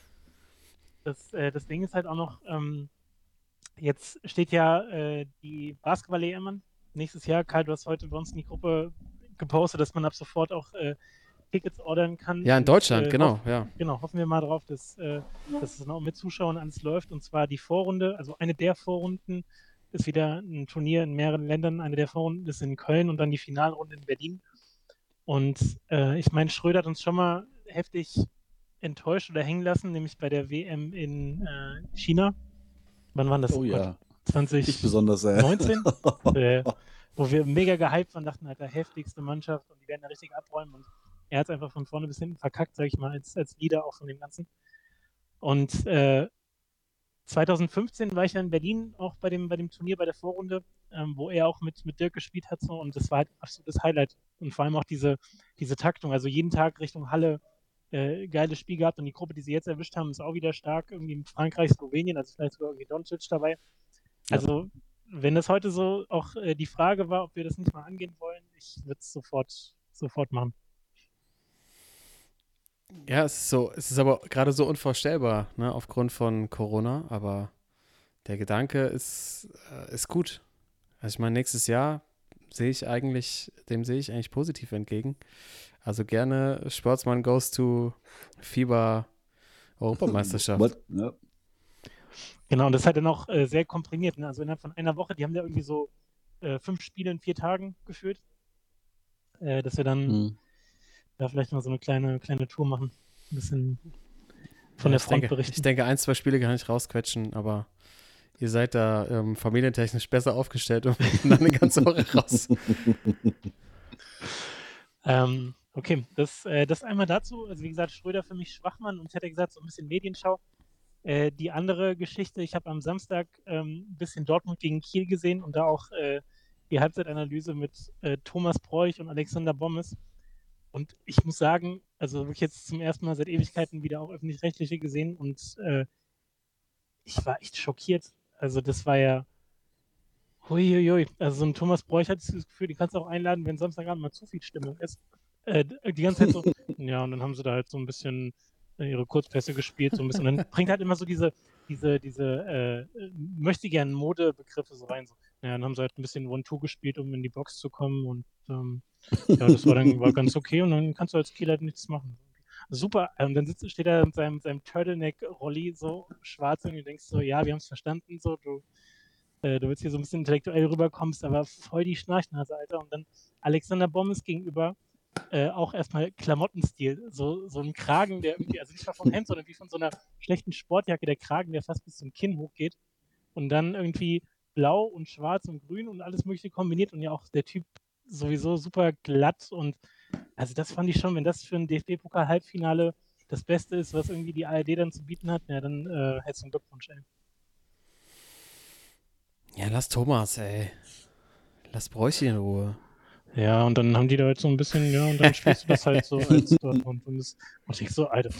das, äh, das Ding ist halt auch noch, ähm, jetzt steht ja äh, die Basketball-E M an. Nächstes Jahr, Karl, du hast heute bei uns in die Gruppe gepostet, dass man ab sofort auch äh, Tickets ordern kann. Ja, in Und, Deutschland, äh, genau, hoff- ja. Genau, hoffen wir mal drauf, dass, äh, dass es noch mit Zuschauern alles läuft. Und zwar die Vorrunde, also eine der Vorrunden ist wieder ein Turnier in mehreren Ländern. Eine der Vorrunden ist in Köln und dann die Finalrunde in Berlin. Und äh, ich meine, Schröder hat uns schon mal heftig enttäuscht oder hängen lassen, nämlich bei der W M in äh, China. Wann war das? Oh ja. zwanzig Ich besonders, äh. neunzehn? äh, wo wir mega gehypt waren, dachten, Alter, heftigste Mannschaft und die werden da richtig abräumen. Und er hat es einfach von vorne bis hinten verkackt, sag ich mal, als, als Leader auch von dem Ganzen. Und äh, zwanzig fünfzehn war ich ja in Berlin auch bei dem, bei dem Turnier, bei der Vorrunde, ähm, wo er auch mit, mit Dirk gespielt hat. So, und das war halt ein absolutes Highlight. Und vor allem auch diese, diese Taktung. Also jeden Tag Richtung Halle äh, geiles Spiel gehabt. Und die Gruppe, die sie jetzt erwischt haben, ist auch wieder stark. Irgendwie mit Frankreich, Slowenien, also vielleicht sogar irgendwie Doncic dabei. Ja. Also wenn das heute so auch äh, die Frage war, ob wir das nicht mal angehen wollen, ich würde es sofort, sofort machen. Ja, es ist so, es ist aber gerade so unvorstellbar, ne, aufgrund von Corona, aber der Gedanke ist, äh, ist gut. Also ich meine, nächstes Jahr sehe ich eigentlich, dem sehe ich eigentlich positiv entgegen. Also gerne Sportsman goes to FIBA Europameisterschaft. What? Ja. Genau, und das ist halt dann auch äh, sehr komprimiert. Ne? Also innerhalb von einer Woche, die haben ja irgendwie so äh, fünf Spiele in vier Tagen geführt. Äh, dass wir dann Hm. da vielleicht mal so eine kleine, kleine Tour machen. Ein bisschen Ja, von der ich Front denke, berichten. Ich denke, ein, zwei Spiele kann ich rausquetschen, aber ihr seid da ähm, familientechnisch besser aufgestellt und dann eine ganze Woche raus. Ähm, okay, das, äh, das einmal dazu. Also wie gesagt, Schröder für mich Schwachmann und ich hätte gesagt, so ein bisschen Medienschau. Äh, die andere Geschichte, ich habe am Samstag ähm, ein bisschen Dortmund gegen Kiel gesehen und da auch äh, die Halbzeitanalyse mit äh, Thomas Bräuch und Alexander Bommes. Und ich muss sagen, also wirklich jetzt zum ersten Mal seit Ewigkeiten wieder auch öffentlich-rechtliche gesehen und äh, ich war echt schockiert. Also das war ja huiuiui. Also so ein Thomas Bräuch hat das Gefühl, die kannst du auch einladen, wenn Samstagabend mal zu viel Stimmung ist. Äh, die ganze Zeit so, ja, und dann haben sie da halt so ein bisschen äh, ihre Kurzpässe gespielt, so ein bisschen. Und dann bringt halt immer so diese, diese, diese, äh, möchte gern Modebegriffe so rein. So. Ja, dann haben sie halt ein bisschen One-Two gespielt, um in die Box zu kommen und ähm, ja, das war dann war ganz okay und dann kannst du als Kiel halt nichts machen. Super, und dann sitzt, steht er mit seinem, seinem Turtleneck-Rolli so schwarz und du denkst so, ja, wir haben es verstanden, so, du, äh, du willst hier so ein bisschen intellektuell rüberkommst, aber voll die Schnarchnase, Alter. Und dann Alexander Bommes gegenüber äh, auch erstmal Klamottenstil, so, so ein Kragen, der irgendwie, also nicht mal vom Hemd, sondern wie von so einer schlechten Sportjacke, der Kragen, der fast bis zum Kinn hochgeht und dann irgendwie blau und schwarz und grün und alles mögliche kombiniert und ja auch der Typ sowieso super glatt und also das fand ich schon, wenn das für ein D F B-Pokal-Halbfinale das Beste ist, was irgendwie die A R D dann zu bieten hat, ja, dann äh, herzlichen Glückwunsch, ey. Ja, lass Thomas, ey. Lass Bräuchi in Ruhe. Ja, und dann haben die da jetzt so ein bisschen, ja, und dann spielst du das halt so als Dortmund und, das, und ich so, Alter.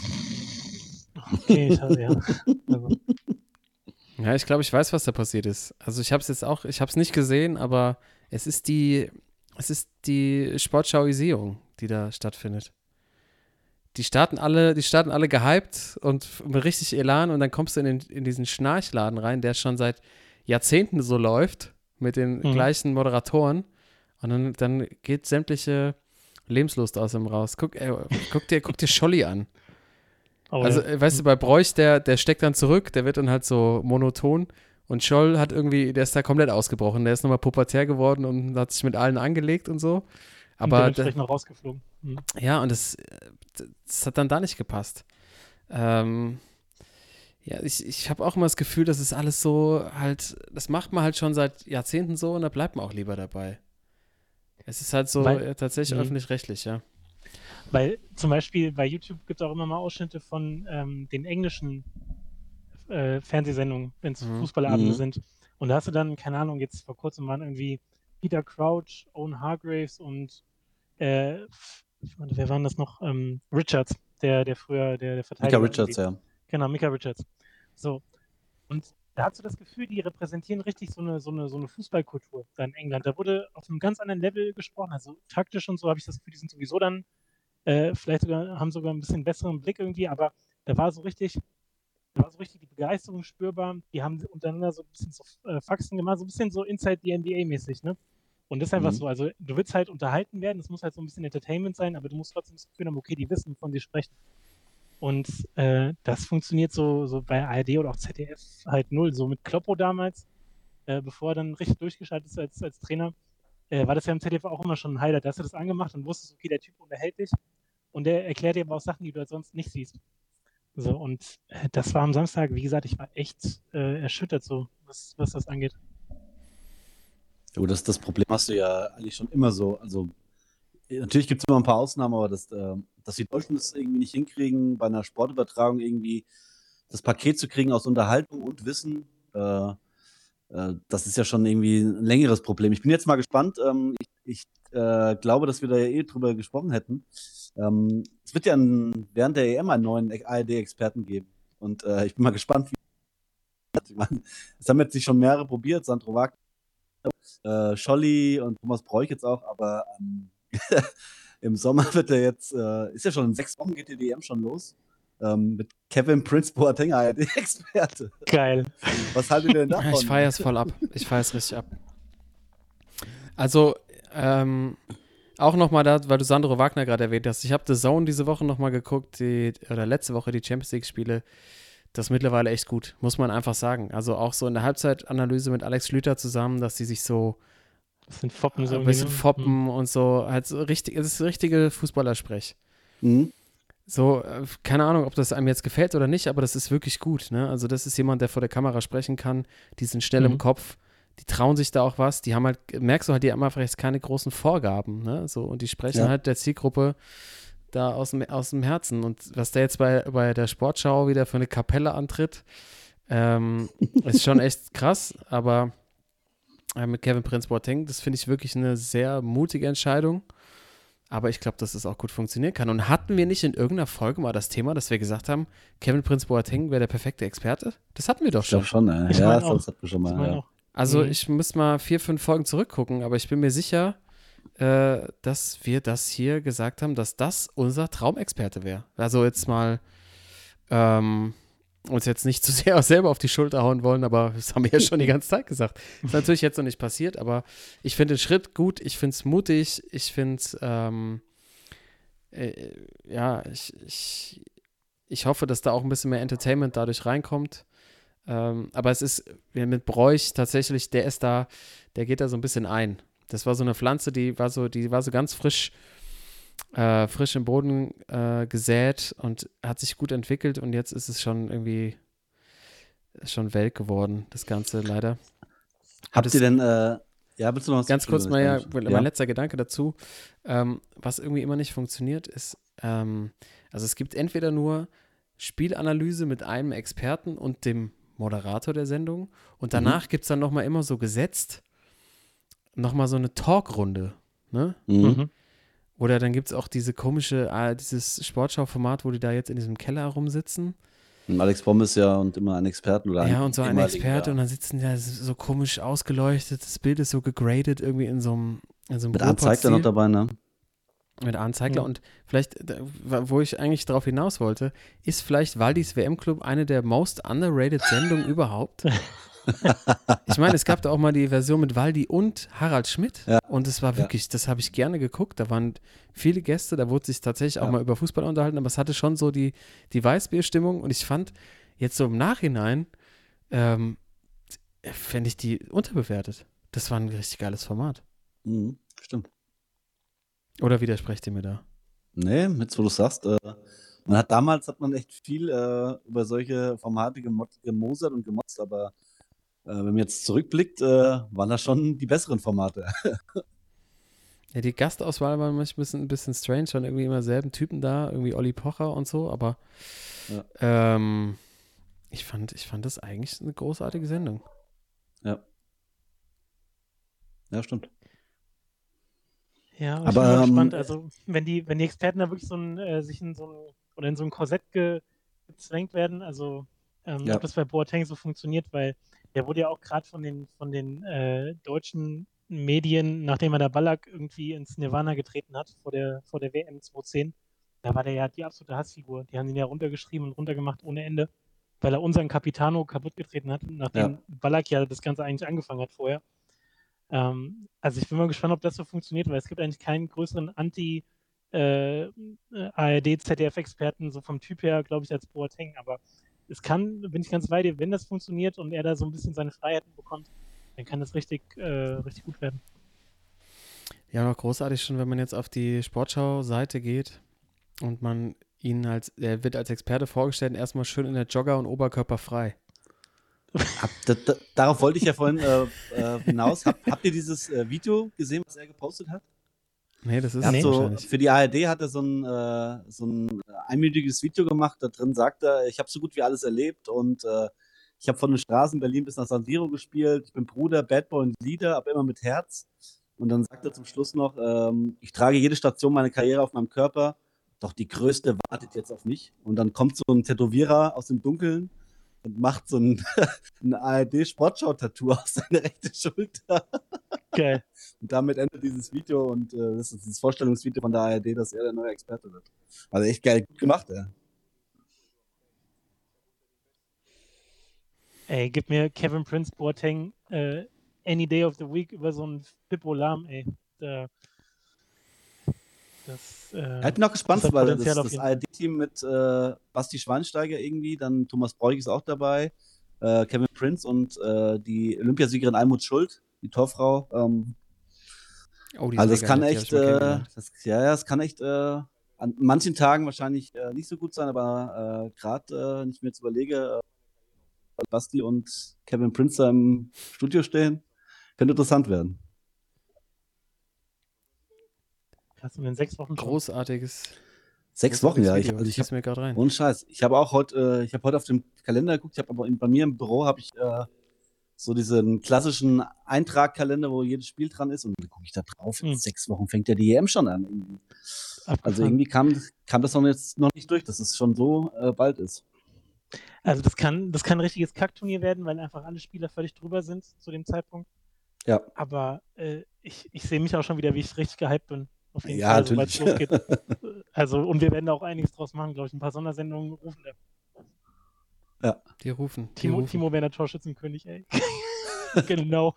Okay, ich habe, ja. Also. Ja, ich glaube, ich weiß, was da passiert ist. Also ich habe es jetzt auch, ich habe es nicht gesehen, aber es ist die, es ist die Sportschauisierung, die da stattfindet. Die starten alle, die starten alle gehypt und mit richtig Elan und dann kommst du in, den, in diesen Schnarchladen rein, der schon seit Jahrzehnten so läuft, mit den Mhm. gleichen Moderatoren und dann, dann geht sämtliche Lebenslust aus ihm raus. Guck, ey, guck dir, guck dir Scholli an. Oh, Also, ja. äh, weißt du, bei Bräuch, der, der steckt dann zurück, der wird dann halt so monoton und Scholl hat irgendwie, der ist da komplett ausgebrochen, der ist nochmal pubertär geworden und hat sich mit allen angelegt und so. Und Aber da, dementsprechend noch rausgeflogen. Mhm. ja, und das, das hat dann da nicht gepasst. Ähm, ja, ich, ich habe auch immer das Gefühl, das ist alles so halt, das macht man halt schon seit Jahrzehnten so und da bleibt man auch lieber dabei. Es ist halt so Weil- äh, tatsächlich Mhm. öffentlich-rechtlich, ja. Weil zum Beispiel bei YouTube gibt es auch immer mal Ausschnitte von ähm, den englischen äh, Fernsehsendungen, wenn es Mhm. Fußballabende Mhm. sind. Und da hast du dann, keine Ahnung, jetzt vor kurzem waren irgendwie Peter Crouch, Owen Hargreaves und äh, ich meine, wer waren das noch? Ähm, Richards, der, der früher, der, der Mika Verteidiger. Richards, irgendwie. ja. Genau, Mika Richards. So. Und da hast du das Gefühl, die repräsentieren richtig so eine, so eine, so eine Fußballkultur da in England. Da wurde auf einem ganz anderen Level gesprochen. Also taktisch und so habe ich das Gefühl, die sind sowieso dann äh, vielleicht sogar, haben sogar ein bisschen besseren Blick irgendwie, aber da war so richtig, da war so richtig die Begeisterung spürbar. Die haben untereinander so ein bisschen so äh, Faxen gemacht, so ein bisschen so Inside the N B A-mäßig, ne? Und das ist einfach Mhm. so, also du willst halt unterhalten werden, es muss halt so ein bisschen Entertainment sein, aber du musst trotzdem das Gefühl haben, okay, die wissen, wovon sie sprechen. Und äh, das funktioniert so, so bei A R D oder auch Z D F halt null. So mit Kloppo damals, äh, bevor er dann richtig durchgeschaltet ist als, als Trainer, äh, war das ja im Z D F auch immer schon ein Highlight. Da hast du das angemacht und wusstest, okay, der Typ unterhält dich und der erklärt dir aber auch Sachen, die du halt sonst nicht siehst. So, und äh, das war am Samstag, wie gesagt, ich war echt äh, erschüttert, so, was, was das angeht. Jo, das, das Problem hast du ja eigentlich schon immer so. Also, äh, natürlich gibt es immer ein paar Ausnahmen, aber dass, äh, dass die Deutschen das irgendwie nicht hinkriegen, bei einer Sportübertragung irgendwie das Paket zu kriegen aus Unterhaltung und Wissen, äh, äh, das ist ja schon irgendwie ein längeres Problem. Ich bin jetzt mal gespannt. Ähm, ich ich äh, glaube, dass wir da ja eh drüber gesprochen hätten. Ähm, es wird ja ein, während der E M einen neuen A R D-Experten geben. Und äh, ich bin mal gespannt, wie. Ich meine, es haben jetzt sich schon mehrere probiert, Sandro Wagner, äh, Scholli und Thomas Bräuch jetzt auch, aber ähm, im Sommer wird er jetzt, äh, ist ja schon in sechs Wochen geht die D M schon los, ähm, mit Kevin Prince Boateng, A R D-Experte. Geil. Was haltet ihr denn davon? Ich feiere es voll ab. Ich feiere es richtig ab. Also, ähm, auch nochmal da, weil du Sandro Wagner gerade erwähnt hast. Ich habe The Zone diese Woche nochmal geguckt, die, oder letzte Woche die Champions League-Spiele. Das ist mittlerweile echt gut, muss man einfach sagen. Also auch so in der Halbzeitanalyse mit Alex Schlüter zusammen, dass die sich so Das sind Foppen so ein irgendwie, bisschen ne? foppen und so. Halt so richtig, das ist richtige Fußballersprech. Mhm. So, äh, keine Ahnung, ob das einem jetzt gefällt oder nicht, aber das ist wirklich gut. Ne? Also das ist jemand, der vor der Kamera sprechen kann. Die sind schnell im Mhm. Kopf. Die trauen sich da auch was. Die haben halt, merkst du halt, die haben einfach jetzt keine großen Vorgaben. Ne? So, und die sprechen Ja. halt der Zielgruppe da aus dem, aus dem Herzen. Und was der jetzt bei, bei der Sportschau wieder für eine Kapelle antritt, ähm, ist schon echt krass. Aber äh, mit Kevin Prince Boateng, das finde ich wirklich eine sehr mutige Entscheidung. Aber ich glaube, dass das auch gut funktionieren kann. Und hatten wir nicht in irgendeiner Folge mal das Thema, dass wir gesagt haben, Kevin Prince Boateng wäre der perfekte Experte? Das hatten wir doch Ich glaube schon. schon, äh. Ich ja, mein das, auch. das hatten wir schon Ich mal. meine Ja. auch. Also Mhm. ich muss mal vier, fünf Folgen zurückgucken, aber ich bin mir sicher, äh, dass wir das hier gesagt haben, dass das unser Traumexperte wäre. Also jetzt mal ähm, uns jetzt nicht zu sehr selber auf die Schulter hauen wollen, aber das haben wir ja schon die ganze Zeit gesagt. Ist natürlich jetzt noch nicht passiert, aber ich finde den Schritt gut, ich finde es mutig, ich finde es, ähm, äh, ja, ich, ich, ich hoffe, dass da auch ein bisschen mehr Entertainment dadurch reinkommt. Ähm, aber es ist ja, mit Bräuch tatsächlich, der ist da, der geht da so ein bisschen ein. Das war so eine Pflanze, die war so, die war so ganz frisch, äh, frisch im Boden äh, gesät und hat sich gut entwickelt und jetzt ist es schon irgendwie schon welk geworden, das Ganze leider. Habt das- ihr denn, äh, ja, willst du noch was Ganz kurz mal, ja, mein ja. letzter Gedanke dazu. Ähm, was irgendwie immer nicht funktioniert, ist, ähm, also es gibt entweder nur Spielanalyse mit einem Experten und dem Moderator der Sendung und danach gibt es dann nochmal immer so gesetzt nochmal so eine Talkrunde, ne? Mhm. Mhm. Oder dann gibt es auch diese komische, äh, dieses Sportschau-Format, wo die da jetzt in diesem Keller rumsitzen. Und Alex Pommes ja und immer einen Experten oder Ja, einen und so ein ehemaligen, Experte ja. und dann sitzen die da so komisch ausgeleuchtet, das Bild ist so gegradet irgendwie in so einem, in so einem Mit Arndt Zeigler noch dabei, ne? Mit Arndt Zeigler Ja. und vielleicht, da- wo ich eigentlich drauf hinaus wollte, ist vielleicht Waldis W M-Club eine der most underrated Sendungen überhaupt. Ich meine, es gab da auch mal die Version mit Waldi und Harald Schmidt Ja. und es war Ja. wirklich, das habe ich gerne geguckt, da waren viele Gäste, da wurde sich tatsächlich auch Ja. mal über Fußball unterhalten, aber es hatte schon so die, die Weißbierstimmung und ich fand jetzt so im Nachhinein, ähm, fände ich die unterbewertet. Das war ein richtig geiles Format. Mhm. Stimmt. Oder widersprecht ihr mir da? Nee, jetzt wo du sagst, äh, man hat damals hat man echt viel äh, über solche Formate gemot gemosert und gemotzt, aber äh, wenn man jetzt zurückblickt, äh, waren das schon die besseren Formate. Ja, die Gastauswahl war manchmal ein bisschen, ein bisschen strange, schon irgendwie immer selben Typen da, irgendwie Olli Pocher und so, aber Ja. ähm, ich, fand, ich fand das eigentlich eine großartige Sendung. Ja. Ja, stimmt. Ja, aber, Aber, ich bin mal ähm, gespannt. Also, wenn die, wenn die Experten da wirklich so ein, äh, sich in so ein, oder in so ein Korsett ge, gezwängt werden, also, ähm, Ja. ob das bei Boateng so funktioniert, weil der wurde ja auch gerade von den, von den äh, deutschen Medien, nachdem er der Ballack irgendwie ins Nirvana getreten hat, vor der, vor der W M zwanzig zehn, da war der ja die absolute Hassfigur. Die haben ihn ja runtergeschrieben und runtergemacht ohne Ende, weil er unseren Capitano kaputt getreten hat, nachdem Ja. Ballack ja das Ganze eigentlich angefangen hat vorher. Ähm, also ich bin mal gespannt, ob das so funktioniert, weil es gibt eigentlich keinen größeren Anti- äh, A R D-Z D F-Experten, so vom Typ her, glaube ich, als Boateng. Aber es kann, bin ich ganz bei dir, wenn das funktioniert und er da so ein bisschen seine Freiheiten bekommt, dann kann das richtig, äh, richtig gut werden. Ja, noch großartig schon, wenn man jetzt auf die Sportschau-Seite geht und man ihn als, er wird als Experte vorgestellt, erstmal schön in der Jogger und Oberkörper frei. Hab, da, da, darauf wollte ich ja vorhin äh, äh, hinaus. Hab, habt ihr dieses äh, Video gesehen, was er gepostet hat? Nee, das ist Er hat es so, wahrscheinlich. für die A R D hat er so ein, äh, so ein äh, einminütiges Video gemacht. Da drin sagt er, ich habe so gut wie alles erlebt und äh, ich habe von den Straßen Berlin bis nach San Siro gespielt. Ich bin Bruder, Bad Boy und Leader, aber immer mit Herz. Und dann sagt er zum Schluss noch, ähm, ich trage jede Station meiner Karriere auf meinem Körper, doch die größte wartet jetzt auf mich. Und dann kommt so ein Tätowierer aus dem Dunkeln und macht so ein, ein A R D-Sportschau-Tattoo auf seine rechte Schulter. Geil. Und damit endet dieses Video und äh, das ist das Vorstellungsvideo von der A R D, dass er der neue Experte wird. Also echt geil, gut gemacht, ja. Ey, gib mir Kevin Prince Boateng äh, any day of the week über so einen Bippo Lahm, ey. Da, das, äh, Ich bin auch gespannt, das hat weil das, Potenzial auf das jeden A R D-Team mit äh, Basti Schweinsteiger irgendwie, dann Thomas Bräuch ist auch dabei, äh, Kevin Prince und äh, die Olympiasiegerin Almut Schuld, die Torfrau. Ähm, Oh, die ist also das mega kann nett, die hab echt, ich mal äh, kennengelernt. das, ja, ja, das kann echt äh, an manchen Tagen wahrscheinlich äh, nicht so gut sein, aber äh, gerade, äh, wenn ich mir jetzt überlege, äh, Basti und Kevin Prince da im Studio stehen, könnte interessant werden. Krass, und in sechs Wochen schon. Großartiges, Sechs Wochen, großartiges ja. Ich, Video. also ich Zieh's habe mir gerade rein. ohne Scheiß. Ich habe auch heute, äh, ich habe heute auf dem Kalender geguckt. Ich habe aber in, bei mir im Büro habe ich äh, so diesen klassischen Eintragkalender, wo jedes Spiel dran ist. Und dann gucke ich da drauf. In Hm. sechs Wochen fängt ja die E M schon an. Irgendwie. Also Abgefahren. irgendwie kam, kam das noch jetzt noch nicht durch, dass es schon so äh, bald ist. Also das kann, das kann ein richtiges Kackturnier werden, weil einfach alle Spieler völlig drüber sind zu dem Zeitpunkt. Ja, Aber äh, ich, ich sehe mich auch schon wieder, wie ich richtig gehypt bin. Auf jeden ja, Fall, sobald es natürlich. losgeht. Also, und wir werden da auch einiges draus machen, glaube ich. Ein paar Sondersendungen rufen da. Die rufen, die Timo, rufen. Timo wäre der Torschützenkönig, ey. Genau.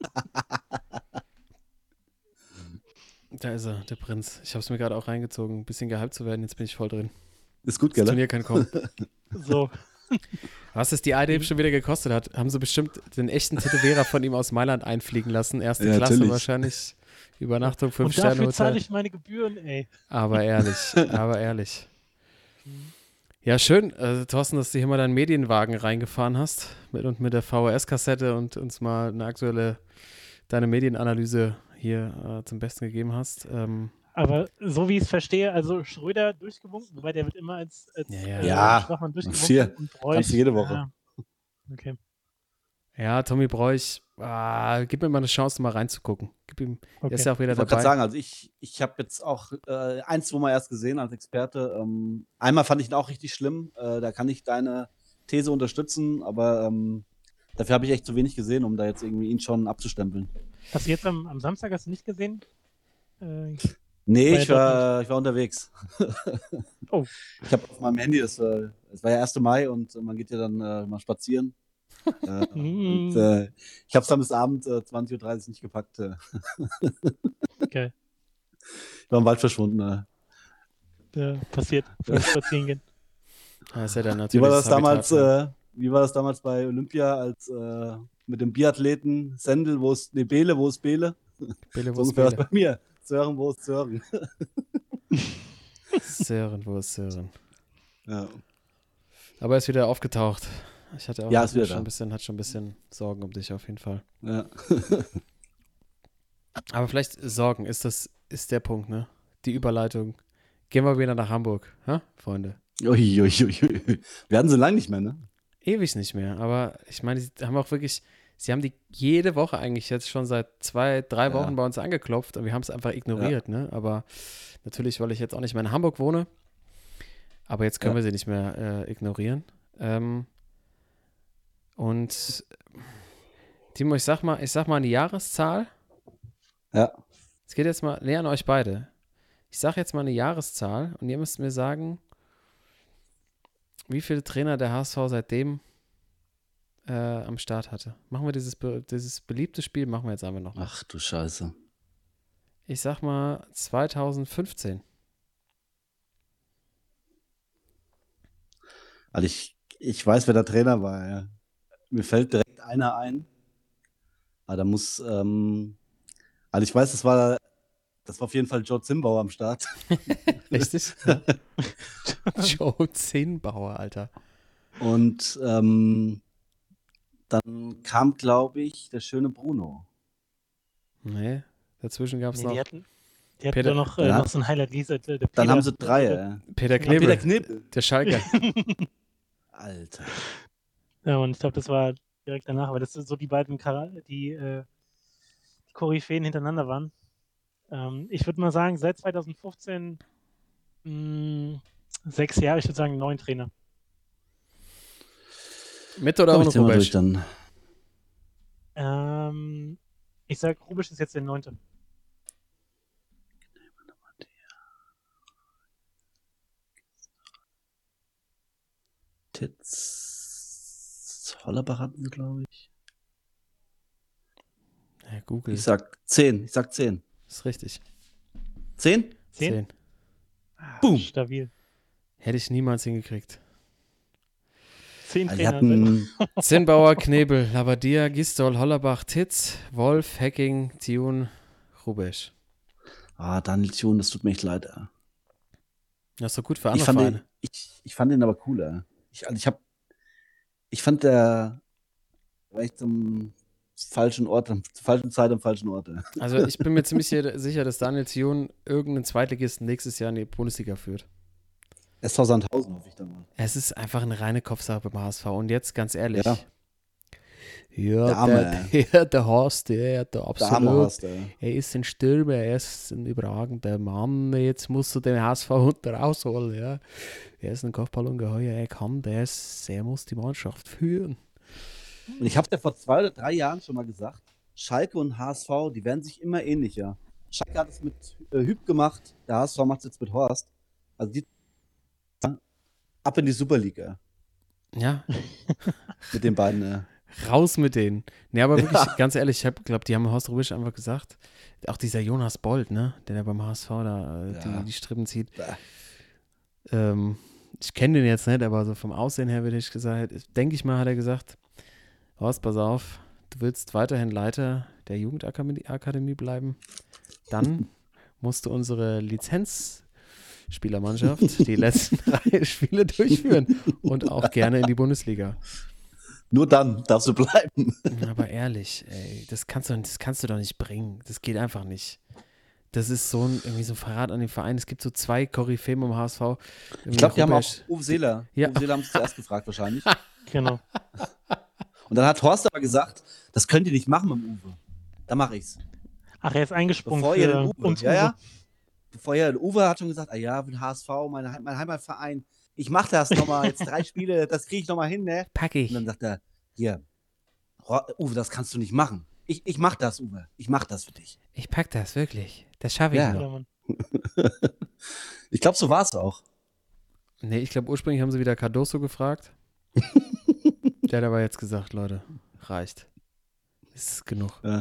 Da ist er, der Prinz. Ich habe es mir gerade auch reingezogen, ein bisschen gehypt zu werden, jetzt bin ich voll drin. Ist gut, Das gell? Turnier kann kommen. So. Was es die A R D schon wieder gekostet hat, haben sie bestimmt den echten Tätowierer von ihm aus Mailand einfliegen lassen. Erste Ja, Klasse natürlich. wahrscheinlich. Übernachtung, fünf Und Sterne dafür zahle Hotel. ich meine Gebühren, ey. Aber ehrlich, aber ehrlich. Ja, schön, äh, Thorsten, dass du hier mal deinen Medienwagen reingefahren hast mit und mit der V H S-Kassette und uns mal eine aktuelle, deine Medienanalyse hier äh, zum Besten gegeben hast. Ähm, Aber so wie ich es verstehe, also Schröder durchgewunken, wobei der wird immer als, als Ja, ja. äh, Ja, Schwachmann durchgewunken. vier. Und Bräuch, Kannst du jede Woche. Ja. Okay. ja, Tommy Bräuch, ah, gib mir mal eine Chance, mal reinzugucken. Gib ihm, okay. der ist ja auch wieder Ich wollte gerade dabei. sagen, also ich, ich habe jetzt auch äh, ein, zwei Mal erst gesehen als Experte. Ähm, einmal fand ich ihn auch richtig schlimm. Äh, da kann ich deine These unterstützen, aber ähm, dafür habe ich echt zu wenig gesehen, um da jetzt irgendwie ihn schon abzustempeln. Hast du jetzt am, am Samstag hast du nicht gesehen? Äh, Nee, War ich ja war, ich war unterwegs. Oh. Ich habe auf meinem Handy, das war, es war ja erster Mai und äh, man geht ja dann äh, mal spazieren. äh, und äh, ich habe es dann bis Abend äh, zwanzig Uhr dreißig nicht gepackt. Äh. Geil. Ich war im Wald verschwunden. Äh. Ja, passiert. Beim Spazierengehen. Da ist ja dann Wie natürlich war das damals? Habitat, Äh, wie war das damals bei Olympia als äh, mit dem Biathleten Sendel, wo ist nee, Bele, wo ist Bele? Bele, So wo ist ungefähr was Bele? bei mir. Sören, wo ist Sören? Sören, wo ist Sören? Ja. Aber er ist wieder aufgetaucht. Ich hatte auch Ja, hatte ist wieder schon da. ein bisschen, hat schon ein bisschen Sorgen um dich auf jeden Fall. Ja. Aber vielleicht Sorgen ist das, ist der Punkt, ne? Die Überleitung. Gehen wir wieder nach Hamburg, ha, Freunde? Ui, ui, ui, ui. Wir hatten so lange nicht mehr, ne? Ewig nicht mehr, aber ich meine, sie haben auch wirklich, sie haben die jede Woche eigentlich jetzt schon seit zwei, drei Ja. Wochen bei uns angeklopft und wir haben es einfach ignoriert, ne? Aber natürlich, weil ich jetzt auch nicht mehr in Hamburg wohne, aber jetzt können Ja. wir sie nicht mehr äh, ignorieren. Ähm, und Timo, ich sag mal, ich sag mal eine Jahreszahl. Ja. Es geht jetzt mal näher an euch beide. Ich sag jetzt mal eine Jahreszahl und ihr müsst mir sagen, wie viele Trainer der H S V seitdem äh, am Start hatte. Machen wir dieses, be dieses beliebte Spiel, machen wir jetzt einfach noch mal. Ach du Scheiße. Ich sag mal zweitausendfünfzehn. Also ich, ich weiß, wer der Trainer war. Ja. Mir fällt direkt einer ein. Aber da muss, ähm, also ich weiß, das war, das war auf jeden Fall Joe Zimbauer am Start. Richtig? Joe Zinnbauer, Alter. Und ähm, dann kam, glaube ich, der schöne Bruno. Nee, dazwischen gab es Nee, die noch hatten, die hatten Peter- doch noch, äh, Dann noch hat- so ein Highlight, wie hieß der, der Dann Peter. haben sie drei. Oder- Äh. Peter Ja, Knebel, Peter Knebel. der Schalker. Alter. Ja, und ich glaube, das war direkt danach, weil das so die beiden Chara- die, äh, die Koryphäen hintereinander waren. Ähm, ich würde mal sagen, seit zwanzig fünfzehn mh, sechs Jahre, ich würde sagen, neun Trainer. Mit oder Komm, ohne ich zieh mal durch Rubesch? dann. Ähm, ich sage, Rubisch ist jetzt der neunte. Titz. Hollerbach hatten sie, glaube ich. Ja, Google. Ich sag zehn. Ich sag zehn. Ist richtig. zehn? Zehn? Zehn. Boom. Stabil. Hätte ich niemals hingekriegt. Zehn Also die Trainer. hatten, Zinnbauer, Knebel, Labadia, Gistol, Hollerbach, Titz, Wolf, Hacking, Tune, Rubesch. ah, Daniel Thune, das tut mir echt leid. Äh. Das ist doch gut für Ich andere fand, Vereine. den, ich, ich fand den aber cooler. Ich, also ich hab, ich fand der war echt zum falschen Ort, zur falschen Zeit am falschen Ort. Äh. Also ich bin mir ziemlich sicher- sicher, dass Daniel Thion irgendeinen Zweitligisten nächstes Jahr in die Bundesliga führt. S V Sandhausen hoffe ich dann mal. Es ist einfach eine reine Kopfsache beim H S V. Und jetzt ganz ehrlich. Ja. Ja, Der Arme, der, der, der Horst, der, der Der arme absolut. Horst, äh. Er ist ein Stürmer, er ist ein überragender Mann. Jetzt musst du den H S V unten rausholen. Ja. Er ist ein Kopfballungeheuer, er kann das, er muss die Mannschaft führen. Und ich habe ja vor zwei oder drei Jahren schon mal gesagt, Schalke und H S V, die werden sich immer ähnlicher. Schalke hat es mit äh, Hüb gemacht, der H S V macht es jetzt mit Horst. Also die ab in die Superliga Ja, mit den beiden. Äh. raus mit denen. Nee, aber wirklich, ganz ehrlich, ich glaube, die haben Horst Rubisch einfach gesagt, auch dieser Jonas Bold, ne, der da beim H S V da äh, Ja. die, die Strippen zieht. Bäh. Ähm, ich kenne den jetzt nicht, aber so vom Aussehen her würde ich gesagt, denke ich mal, hat er gesagt, Horst, pass auf, du willst weiterhin Leiter der Jugendakademie Akademie bleiben, dann musst du unsere Lizenzspielermannschaft die letzten drei Spiele durchführen und auch gerne in die Bundesliga. Nur dann darfst du bleiben. Aber ehrlich, ey, das kannst du, das kannst du doch nicht bringen. Das geht einfach nicht. Das ist so ein, irgendwie so ein Verrat an den Verein. Es gibt so zwei Koryphäen im H S V. Ich glaube, die haben auch Rubesch. Uwe Seeler. Ja. Uwe Seeler haben es zuerst gefragt wahrscheinlich. Genau. Und dann hat Horst aber gesagt, das könnt ihr nicht machen mit dem Uwe. Da mache ich's. Ach, er ist eingesprungen Bevor ihr für den Uwe, uns ja, Uwe. ja. Bevor ihr, der Uwe hat schon gesagt, ah ja, mit H S V, meine, Heim- mein Heimatverein, ich mach das nochmal, jetzt drei Spiele, das kriege ich nochmal hin, ne? Pack Und ich. dann sagt er, hier, Ro- Uwe, das kannst du nicht machen. Ich, ich mach das, Uwe. Ich mach das für dich. Ich pack das wirklich. Das schaffe ich Ja. noch. Ja, Mann. Ich glaube, so war es auch. Nee, ich glaube, ursprünglich haben sie wieder Cardoso gefragt. Der hat aber jetzt gesagt, Leute, reicht. Ist genug. Ja.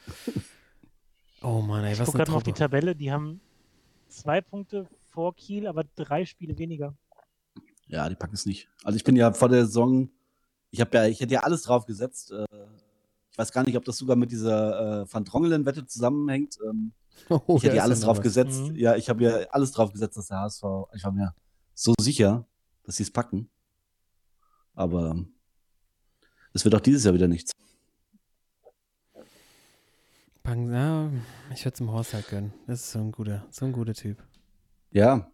Oh Mann, ey, Ich was gucke eine gerade mal auf die Truppe. Tabelle, die haben zwei Punkte vor Kiel, aber drei Spiele weniger. Ja, die packen es nicht. Also ich bin ja vor der Saison, ich habe ja, ich hätte ja alles drauf gesetzt. Äh, ich weiß gar nicht, ob das sogar mit dieser äh, Van Drongelen-Wette zusammenhängt. Ähm, Oh, ich hätte da ja ist alles noch drauf was. gesetzt. Mhm. Ja, ich habe ja alles drauf gesetzt, dass der H S V. Ich war mir so sicher, dass sie es packen. Aber ähm, es wird auch dieses Jahr wieder nichts. Packen- Ja, ich würde es dem Horst halt gönnen. Das ist so ein guter, so ein guter Typ. Ja,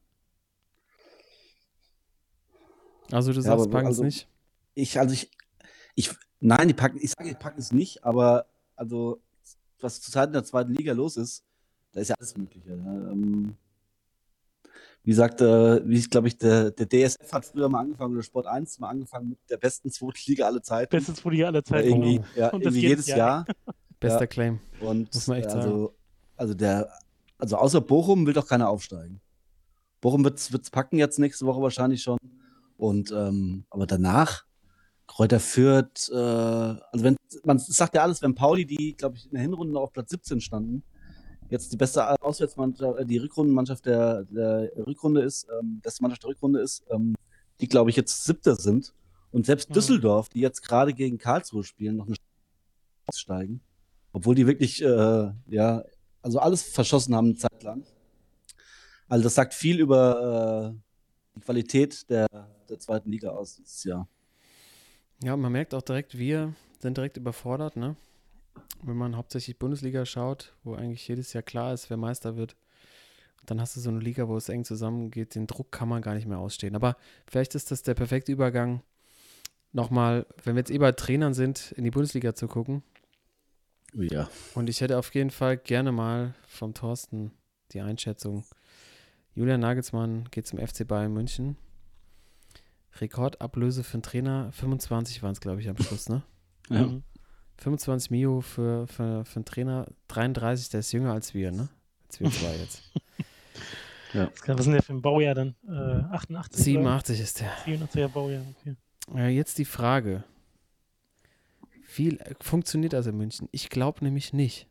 Also du Ja, sagst, aber packen es also- nicht? ich, also ich, ich, nein, die packen, ich sage, die packen es nicht, aber also, was zurzeit in der zweiten Liga los ist, da ist ja alles Mögliche. Ne? Ähm, wie gesagt, äh, wie ich glaube ich, der, der D S F hat früher mal angefangen, oder Sport eins mal angefangen mit der besten zweiten Liga aller Zeiten. Bestes Folie aller Äh, Zeiten. irgendwie, ja, Und das irgendwie jedes jedes Jahr. Bester Ja. Claim. Und Muss man echt äh, sagen. also, also der, also außer Bochum will doch keiner aufsteigen. Bochum wird es packen jetzt nächste Woche wahrscheinlich schon. Und ähm, aber danach, Kräuter Fürth, äh, also wenn man es sagt ja alles, wenn Pauli, die, glaube ich, in der Hinrunde noch auf Platz siebzehn standen, jetzt die beste Auswärtsmannschaft, äh, die Rückrundenmannschaft der, der Rückrunde ist, ähm, beste Mannschaft der Rückrunde ist, ähm, die, glaube ich, jetzt Siebter sind. Und selbst Mhm. Düsseldorf, die jetzt gerade gegen Karlsruhe spielen, noch eine Chance steigen. Obwohl die wirklich, äh, ja, also alles verschossen haben eine Zeit lang. Also das sagt viel über äh, die Qualität der, der zweiten Liga aus dieses Jahr. Ja, man merkt auch direkt, wir sind direkt überfordert, ne? Wenn man hauptsächlich Bundesliga schaut, wo eigentlich jedes Jahr klar ist, wer Meister wird. Dann hast du so eine Liga, wo es eng zusammengeht. Den Druck kann man gar nicht mehr ausstehen. Aber vielleicht ist das der perfekte Übergang, nochmal, wenn wir jetzt eh bei Trainern sind, in die Bundesliga zu gucken. Ja. Und ich hätte auf jeden Fall gerne mal vom Thorsten die Einschätzung. Julian Nagelsmann geht zum F C Bayern München. Rekordablöse für einen Trainer, fünfundzwanzig waren es, glaube ich, am Schluss, ne? Ja. Mhm. fünfundzwanzig Mio für, für, für einen Trainer, dreiunddreißig, der ist jünger als wir, ne? Als wir zwei jetzt. Ja. Was ist denn der für ein Baujahr dann? Äh, achtundachtzig? siebenundachtzig ist der. siebenundachtziger Baujahr, okay. Ja, jetzt die Frage. Viel, funktioniert das in München? Ich glaube nämlich nicht.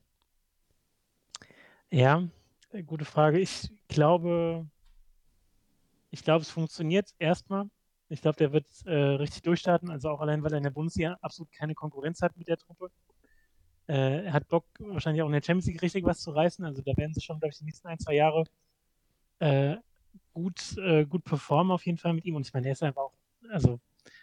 Ja, äh, gute Frage. Ich glaube, ich glaube, es funktioniert erstmal. Ich glaube, der wird äh, richtig durchstarten, also auch allein, weil er in der Bundesliga absolut keine Konkurrenz hat mit der Truppe. Äh, er hat Bock, wahrscheinlich auch in der Champions League richtig was zu reißen. Also da werden sie schon, glaube ich, die nächsten ein, zwei Jahre äh, gut, äh, gut performen auf jeden Fall mit ihm. Und ich meine, er ist einfach auch, also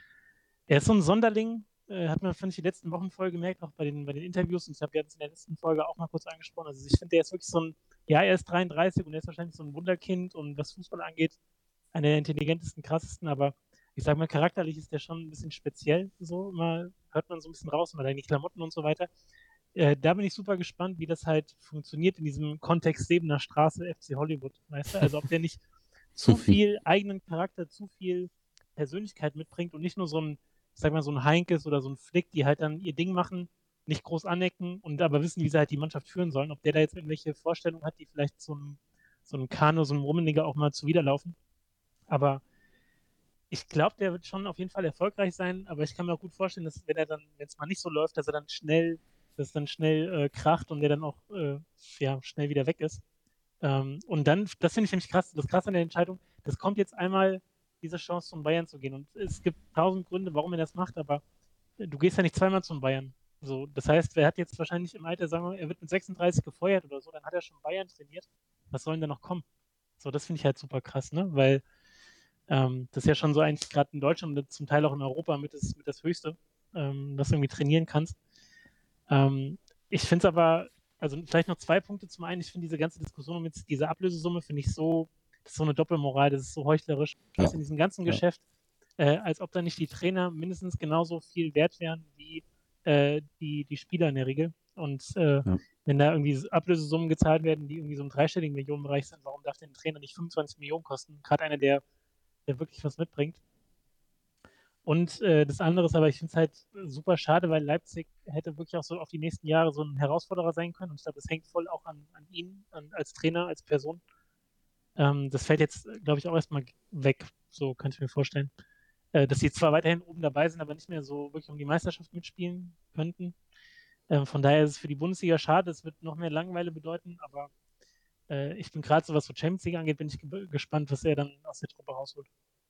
er ist so ein Sonderling, äh, hat man, fand ich, die letzten Wochen voll gemerkt, auch bei den, bei den Interviews. Und ich habe jetzt in der letzten Folge auch mal kurz angesprochen. Also ich finde, der ist wirklich so ein, ja, er ist dreiunddreißig und er ist wahrscheinlich so ein Wunderkind und was Fußball angeht, einer der intelligentesten, krassesten, aber ich sage mal, charakterlich ist der schon ein bisschen speziell, so immer hört man so ein bisschen raus, mal die Klamotten und so weiter. Äh, da bin ich super gespannt, wie das halt funktioniert in diesem Kontext Sebener Straße, F C Hollywood, weißt du? Also ob der nicht zu viel eigenen Charakter, zu viel Persönlichkeit mitbringt und nicht nur so ein, ich sag mal, so ein Heinkes oder so ein Flick, die halt dann ihr Ding machen, nicht groß anecken und aber wissen, wie sie halt die Mannschaft führen sollen. Ob der da jetzt irgendwelche Vorstellungen hat, die vielleicht so einem so einem Kano, so einem Rummeniger auch mal zuwiderlaufen. Aber ich glaube, der wird schon auf jeden Fall erfolgreich sein, aber ich kann mir auch gut vorstellen, dass wenn er dann, wenn es mal nicht so läuft, dass er dann schnell, dass es dann schnell äh, kracht und der dann auch äh, ja, schnell wieder weg ist. Ähm, und dann, das finde ich nämlich krass, das krass an der Entscheidung, das kommt jetzt einmal diese Chance zum Bayern zu gehen. Und es gibt tausend Gründe, warum er das macht, aber du gehst ja nicht zweimal zum Bayern. So, das heißt, wer hat jetzt wahrscheinlich im Alter, sagen wir, er wird mit sechsunddreißig gefeuert oder so, dann hat er schon Bayern trainiert. Was soll denn da noch kommen? So, das finde ich halt super krass, ne? Weil ähm, das ist ja schon so eigentlich gerade in Deutschland und zum Teil auch in Europa mit das, mit das Höchste, ähm, dass du irgendwie trainieren kannst. Ähm, ich finde es aber, also vielleicht noch zwei Punkte. Zum einen, ich finde diese ganze Diskussion mit dieser Ablösesumme, finde ich so, das ist so eine Doppelmoral, das ist so heuchlerisch. Ja. In diesem ganzen Ja. Geschäft, äh, als ob da nicht die Trainer mindestens genauso viel wert wären wie äh, die, die Spieler in der Regel. Und äh, Ja. wenn da irgendwie Ablösesummen gezahlt werden, die irgendwie so im dreistelligen Millionenbereich sind, warum darf denn ein Trainer nicht fünfundzwanzig Millionen kosten? Gerade einer, der, der wirklich was mitbringt. Und äh, das andere ist aber, ich finde es halt super schade, weil Leipzig hätte wirklich auch so auf die nächsten Jahre so ein Herausforderer sein können. Und ich glaube, das hängt voll auch an, an ihn, an, als Trainer, als Person. Ähm, das fällt jetzt, glaube ich, auch erstmal weg. So kann ich mir vorstellen. Äh, dass sie zwar weiterhin oben dabei sind, aber nicht mehr so wirklich um die Meisterschaft mitspielen könnten. Ähm, von daher ist es für die Bundesliga schade. Es wird noch mehr Langeweile bedeuten, aber äh, ich bin gerade so, was so Champions League angeht, bin ich ge- gespannt, was er dann aus der Truppe rausholt.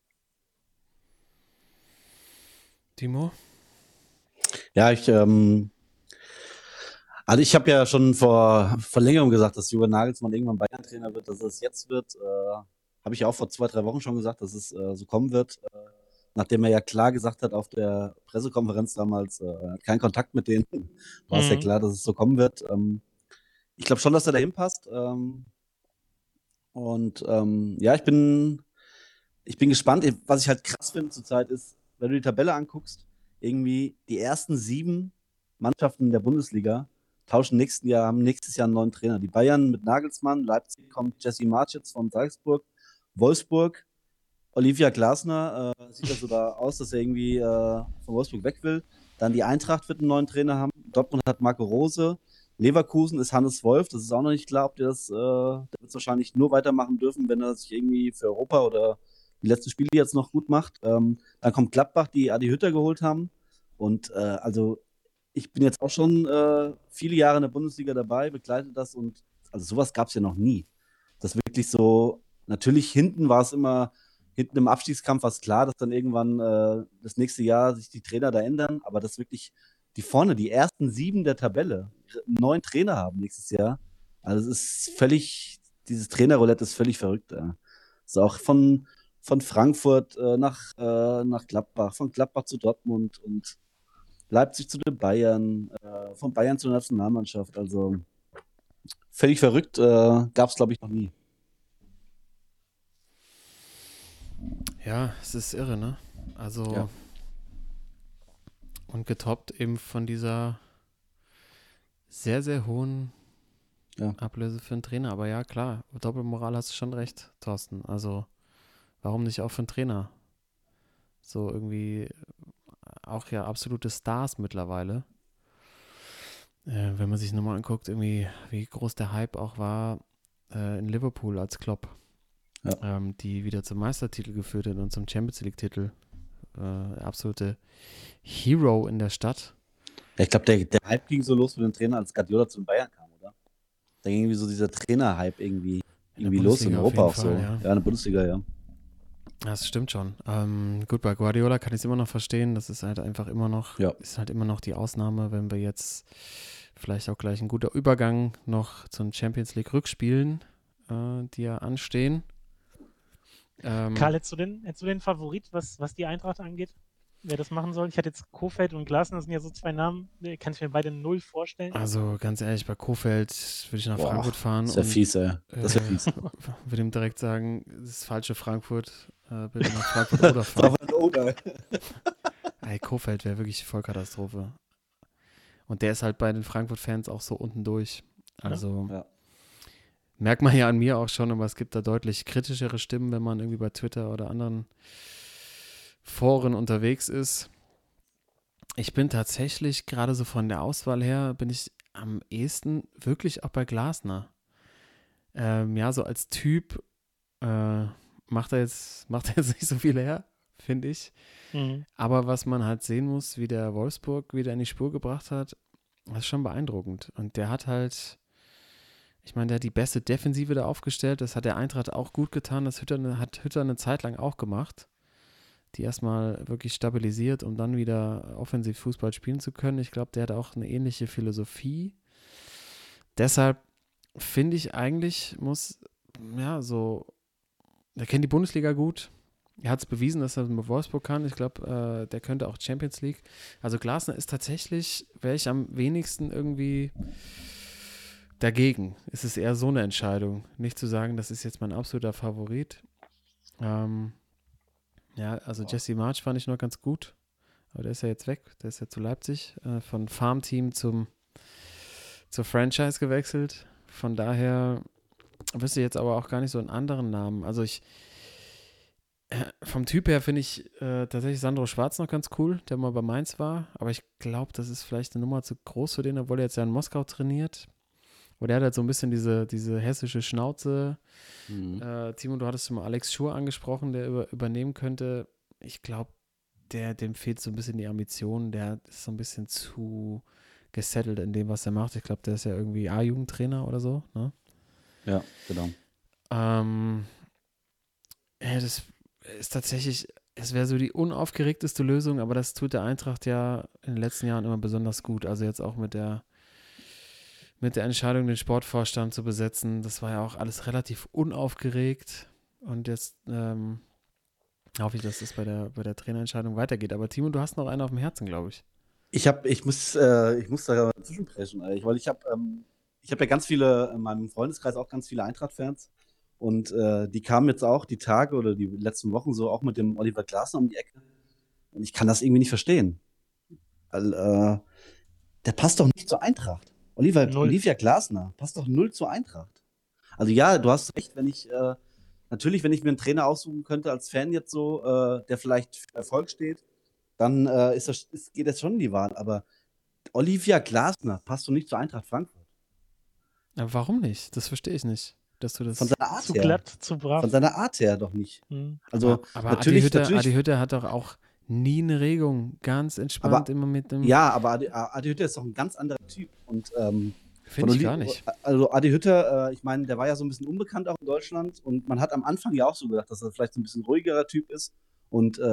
Timo? Ja, ich, ähm, also ich habe ja schon vor, vor längerem gesagt, dass Julian Nagelsmann irgendwann Bayern-Trainer wird, dass es jetzt wird. Äh, habe ich ja auch vor zwei, drei Wochen schon gesagt, dass es äh, so kommen wird. Äh, nachdem er ja klar gesagt hat auf der Pressekonferenz damals, äh, er hat keinen Kontakt mit denen, war es ja Mhm. klar, dass es so kommen wird. Ähm, ich glaube schon, dass er dahin passt. Ähm, und ähm, ja, ich bin, ich bin gespannt. Was ich halt krass finde zurzeit ist, wenn du die Tabelle anguckst, irgendwie die ersten sieben Mannschaften der Bundesliga tauschen nächsten Jahr, haben nächstes Jahr einen neuen Trainer. Die Bayern mit Nagelsmann, Leipzig kommt Jesse Marsch von Salzburg, Wolfsburg, Olivia Glasner, äh, sieht ja so da aus, dass er irgendwie äh, von Wolfsburg weg will. Dann die Eintracht wird einen neuen Trainer haben. Dortmund hat Marco Rose. Leverkusen ist Hannes Wolf. Das ist auch noch nicht klar, ob der das, äh, der wird es wahrscheinlich nur weitermachen dürfen, wenn er sich irgendwie für Europa oder die letzten Spiele jetzt noch gut macht. Ähm, dann kommt Gladbach, die Adi Hütter geholt haben. Und äh, also ich bin jetzt auch schon äh, viele Jahre in der Bundesliga dabei, begleite das und also sowas gab es ja noch nie. Das wirklich so, natürlich hinten war es immer, hinten im Abstiegskampf war es klar, dass dann irgendwann äh, das nächste Jahr sich die Trainer da ändern, aber das wirklich die vorne, die ersten sieben der Tabelle, einen neuen Trainer haben nächstes Jahr. Also es ist völlig, dieses Trainerroulette ist völlig verrückt. Ja. Ist auch von, von Frankfurt äh, nach, äh, nach Gladbach, von Gladbach zu Dortmund und Leipzig zu den Bayern, äh, von Bayern zur Nationalmannschaft. Also völlig verrückt, äh, gab es, glaube ich, noch nie. Ja, es ist irre, ne? Also Ja. und getoppt eben von dieser sehr, sehr hohen Ja. Ablöse für einen Trainer. Aber ja, klar, Doppelmoral hast du schon recht, Thorsten. Also warum nicht auch für einen Trainer? So irgendwie auch ja absolute Stars mittlerweile. Äh, wenn man sich nochmal anguckt, irgendwie, wie groß der Hype auch war äh, in Liverpool als Klopp, Ja. ähm, die wieder zum Meistertitel geführt hat und zum Champions League-Titel. Äh, absolute Hero in der Stadt. Ja, ich glaube, der, der Hype ging so los mit dem Trainer, als Guardiola zu den Bayern kam, oder? Da ging irgendwie so dieser Trainer-Hype irgendwie, In der irgendwie los in Bundesliga auf Europa jeden auch Fall, so. ja. Ja, in der Bundesliga, ja. Das stimmt schon. Ähm, gut, bei Guardiola kann ich es immer noch verstehen. Das ist halt einfach immer noch, Ja. ist halt immer noch die Ausnahme, wenn wir jetzt vielleicht auch gleich ein guter Übergang noch zu den Champions League Rückspielen, äh, die ja anstehen. Ähm, Karl, hättest du den, hättest du den Favorit, was, was die Eintracht angeht? Wer das machen soll? Ich hatte jetzt Kofeld und Glasner, das sind ja so zwei Namen, die kann ich mir beide null vorstellen. also ganz ehrlich, bei Kofeld würde ich nach Boah, Frankfurt fahren Das wäre und fies, ey. Das wäre äh, fies. würde ihm direkt sagen, das ist falsche Frankfurt, äh, bitte nach Frankfurt oder fahren. Oder? Ey, Kofeld wäre wirklich Vollkatastrophe. Und der ist halt bei den Frankfurt-Fans auch so unten durch. Also Ja. merkt man ja an mir auch schon, aber es gibt da deutlich kritischere Stimmen, wenn man irgendwie bei Twitter oder anderen Foren unterwegs ist. Ich bin tatsächlich gerade so von der Auswahl her, bin ich am ehesten wirklich auch bei Glasner. Ähm, ja, so als Typ äh, macht er jetzt, macht er jetzt nicht so viel her, finde ich. Mhm. Aber was man halt sehen muss, wie der Wolfsburg wieder in die Spur gebracht hat, das ist schon beeindruckend. Und der hat halt, ich meine, der hat die beste Defensive da aufgestellt. Das hat der Eintracht auch gut getan. Das Hütter, hat Hütter eine Zeit lang auch gemacht. Die erstmal wirklich stabilisiert, um dann wieder offensiv Fußball spielen zu können. Ich glaube, der hat auch eine ähnliche Philosophie. Deshalb finde ich eigentlich, muss, ja, so, der kennt die Bundesliga gut. Er hat es bewiesen, dass er mit Wolfsburg kann. Ich glaube, äh, der könnte auch Champions League. Also Glasner ist tatsächlich, wäre ich am wenigsten irgendwie dagegen. Es ist eher so eine Entscheidung. Nicht zu sagen, das ist jetzt mein absoluter Favorit. Ähm, ja, also Jesse Marsch fand ich noch ganz gut. Aber der ist ja jetzt weg. Der ist ja zu Leipzig. Äh, von Farmteam zum zur Franchise gewechselt. Von daher wüsste ich jetzt aber auch gar nicht so einen anderen Namen. Also ich vom Typ her finde ich äh, tatsächlich Sandro Schwarz noch ganz cool, der mal bei Mainz war. Aber ich glaube, das ist vielleicht eine Nummer zu groß für den, obwohl er jetzt ja in Moskau trainiert. Und der hat halt so ein bisschen diese, diese hessische Schnauze. Mhm. Äh, Timo, du hattest schon mal Alex Schur angesprochen, der über, übernehmen könnte. Ich glaube, der, dem fehlt so ein bisschen die Ambition. Der ist so ein bisschen zu gesettelt in dem, was er macht. Ich glaube, der ist ja irgendwie A-Jugendtrainer oder so. Ne? Ja, genau. Ähm, ja, das ist tatsächlich, es wäre so die unaufgeregteste Lösung, aber das tut der Eintracht ja in den letzten Jahren immer besonders gut. Also jetzt auch mit der mit der Entscheidung, den Sportvorstand zu besetzen. Das war ja auch alles relativ unaufgeregt. Und jetzt ähm, hoffe ich, dass das bei der, bei der Trainerentscheidung weitergeht. Aber Timo, du hast noch einen auf dem Herzen, glaube ich. Ich habe, ich muss, äh, ich muss da zwischenpreschen, ey, weil ich habe, ähm, ich habe ja ganz viele, in meinem Freundeskreis auch ganz viele Eintracht-Fans und äh, die kamen jetzt auch die Tage oder die letzten Wochen so auch mit dem Oliver Glasner um die Ecke und ich kann das irgendwie nicht verstehen. Weil, äh, der passt doch nicht zur Eintracht. Oliver, Null. Olivia Glasner passt doch null zur Eintracht. Also ja, du hast recht, wenn ich, äh, natürlich, wenn ich mir einen Trainer aussuchen könnte als Fan jetzt so, äh, der vielleicht für Erfolg steht, dann äh, ist das, ist, geht das schon in die Wahl. Aber Olivia Glasner passt doch nicht zur Eintracht Frankfurt. Aber warum nicht? Das verstehe ich nicht. Dass du das Von seiner Art Zu her. glatt, zu brav. Von seiner Art her doch nicht. Mhm. Also aber, aber natürlich, Adi Hütter, natürlich. Adi Hütter hat doch auch nie eine Regung. Ganz entspannt Aber- immer mit dem. Ja, aber Adi, Adi Hütter ist doch ein ganz anderer Typ. Und ähm, Finde ich Oli- gar nicht. Also Adi Hütter, äh, ich meine, der war ja so ein bisschen unbekannt auch in Deutschland und man hat am Anfang ja auch so gedacht, dass er vielleicht so ein bisschen ruhigerer Typ ist und äh,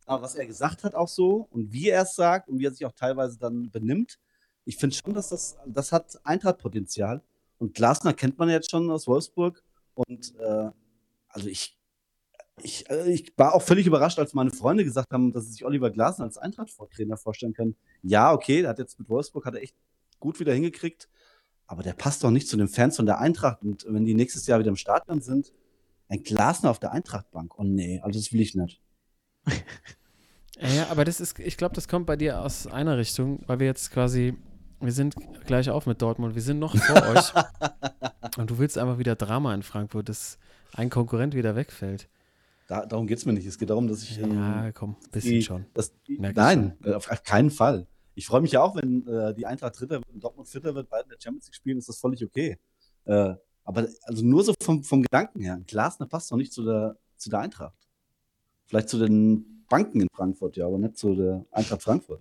aber was er gesagt hat auch so und wie er es sagt und wie er sich auch teilweise dann benimmt, ich finde schon, dass das, das hat Eintracht-Potenzial. Und Glasner kennt man ja jetzt schon aus Wolfsburg. Und äh, also ich, ich, äh, ich war auch völlig überrascht, als meine Freunde gesagt haben, dass sie sich Oliver Glasner als Eintracht-Trainer vorstellen können. Ja, okay, der hat jetzt mit Wolfsburg hat er echt gut wieder hingekriegt. Aber der passt doch nicht zu den Fans von der Eintracht. Und wenn die nächstes Jahr wieder im Stadion sind, ein Glasner auf der Eintrachtbank. Oh nee, also das will ich nicht. Ja, ja, aber das ist, ich glaube, das kommt bei dir aus einer Richtung, weil wir jetzt quasi, wir sind gleich auf mit Dortmund, wir sind noch vor euch und du willst einfach wieder Drama in Frankfurt, dass ein Konkurrent wieder wegfällt. Da, darum geht es mir nicht. Es geht darum, dass ich. Ähm, Ja, komm, bisschen die, schon. Das, die, Merk ich nein, äh, auf, auf keinen Fall. Ich freue mich ja auch, wenn äh, die Eintracht Dritter wird und Dortmund Vierter wird, beide in der Champions League spielen, ist das völlig okay. Äh, aber also nur so vom, vom Gedanken her. Glasner passt doch nicht zu der, zu der Eintracht. Vielleicht zu den Banken in Frankfurt, ja, aber nicht zu der Eintracht Frankfurt.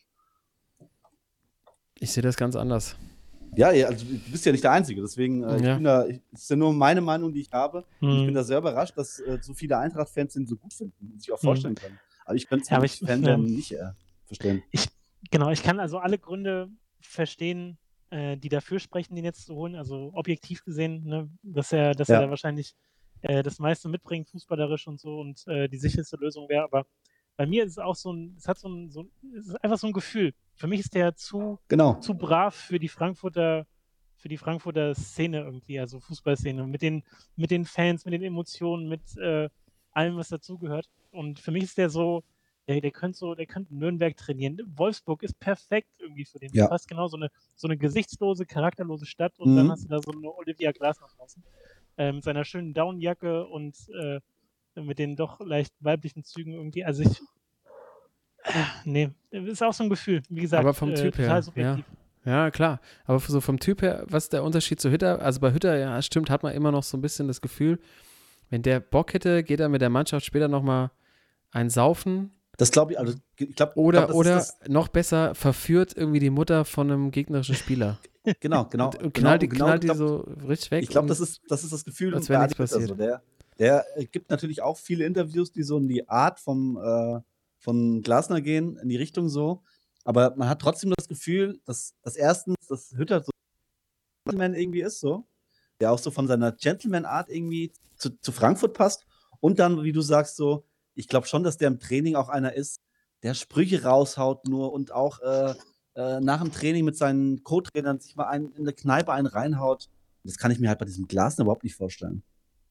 Ich sehe das ganz anders. Ja, ja, also du bist ja nicht der Einzige, deswegen, äh, ich Ja. bin da, ich, das ist ja nur meine Meinung, die ich habe. Und ich bin Hm. da sehr überrascht, dass äh, so viele Eintracht-Fans den so gut finden und sich auch Hm. vorstellen können. Aber ich könnte es Ja, aber als ich- Fan ja. dann nicht äh, verstehen. Genau, ich kann also alle Gründe verstehen, äh, die dafür sprechen, den jetzt zu holen. Also objektiv gesehen, ne, dass er, dass Ja. er da wahrscheinlich äh, das meiste mitbringt, fußballerisch und so und äh, die sicherste Lösung wäre. Aber bei mir ist es auch so ein, es hat so ein, so, es ist einfach so ein Gefühl. Für mich ist der zu, Genau. zu brav für die Frankfurter, für die Frankfurter Szene irgendwie, also Fußballszene, mit den, mit den Fans, mit den Emotionen, mit äh, allem, was dazugehört. Und für mich ist der so, der, der könnte so, der könnte in Nürnberg trainieren. Wolfsburg ist perfekt irgendwie für den. Ja. Fast genau so eine, so eine gesichtslose, charakterlose Stadt und Mhm. dann hast du da so eine Olivia Glasner draußen. Äh, mit seiner schönen Downjacke und äh, mit den doch leicht weiblichen Zügen irgendwie. Also ich. Äh, nee, ist auch so ein Gefühl. Wie gesagt, Aber vom äh, Typ her, total subjektiv. Ja, klar. Aber so vom Typ her, was ist der Unterschied zu Hütter? Also bei Hütter, ja, stimmt, hat man immer noch so ein bisschen das Gefühl, wenn der Bock hätte, geht er mit der Mannschaft später nochmal ein Saufen Das glaube ich, also ich glaube, oder, glaub, oder das ist noch besser, verführt irgendwie die Mutter von einem gegnerischen Spieler. das, genau, genau. und, und genau, knallt die, genau, knallt die ich glaub, so richtig weg. Ich glaube, und- das ist, das ist das Gefühl. als bei wäre Adi nichts Hütter passiert. so. Der, der äh, gibt natürlich auch viele Interviews, die so in die Art vom, äh, von Glasner gehen, in die Richtung so. Aber man hat trotzdem das Gefühl, dass, dass erstens, dass Hütter so ein Gentleman irgendwie ist, so, der auch so von seiner Gentleman-Art irgendwie zu, zu Frankfurt passt. Und dann, wie du sagst, so, ich glaube schon, dass der im Training auch einer ist, der Sprüche raushaut nur und auch äh, äh, nach dem Training mit seinen Co-Trainern sich mal einen, in der Kneipe einen reinhaut. Das kann ich mir halt bei diesem Glasner überhaupt nicht vorstellen.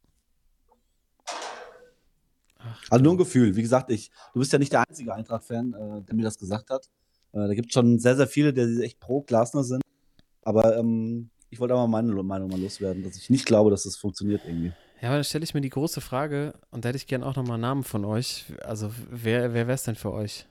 Ach, Also nur ein Gefühl. Wie gesagt, ich, du bist ja nicht der einzige Eintracht-Fan, äh, der mir das gesagt hat. Äh, da gibt es schon sehr, sehr viele, die echt pro Glasner sind. Aber ähm, ich wollte aber meine Lo- Meinung mal loswerden, dass ich nicht glaube, dass das funktioniert irgendwie. Ja, aber dann stelle ich mir die große Frage, und da hätte ich gerne auch nochmal einen Namen von euch. Also, wer, wer wäre es denn für euch?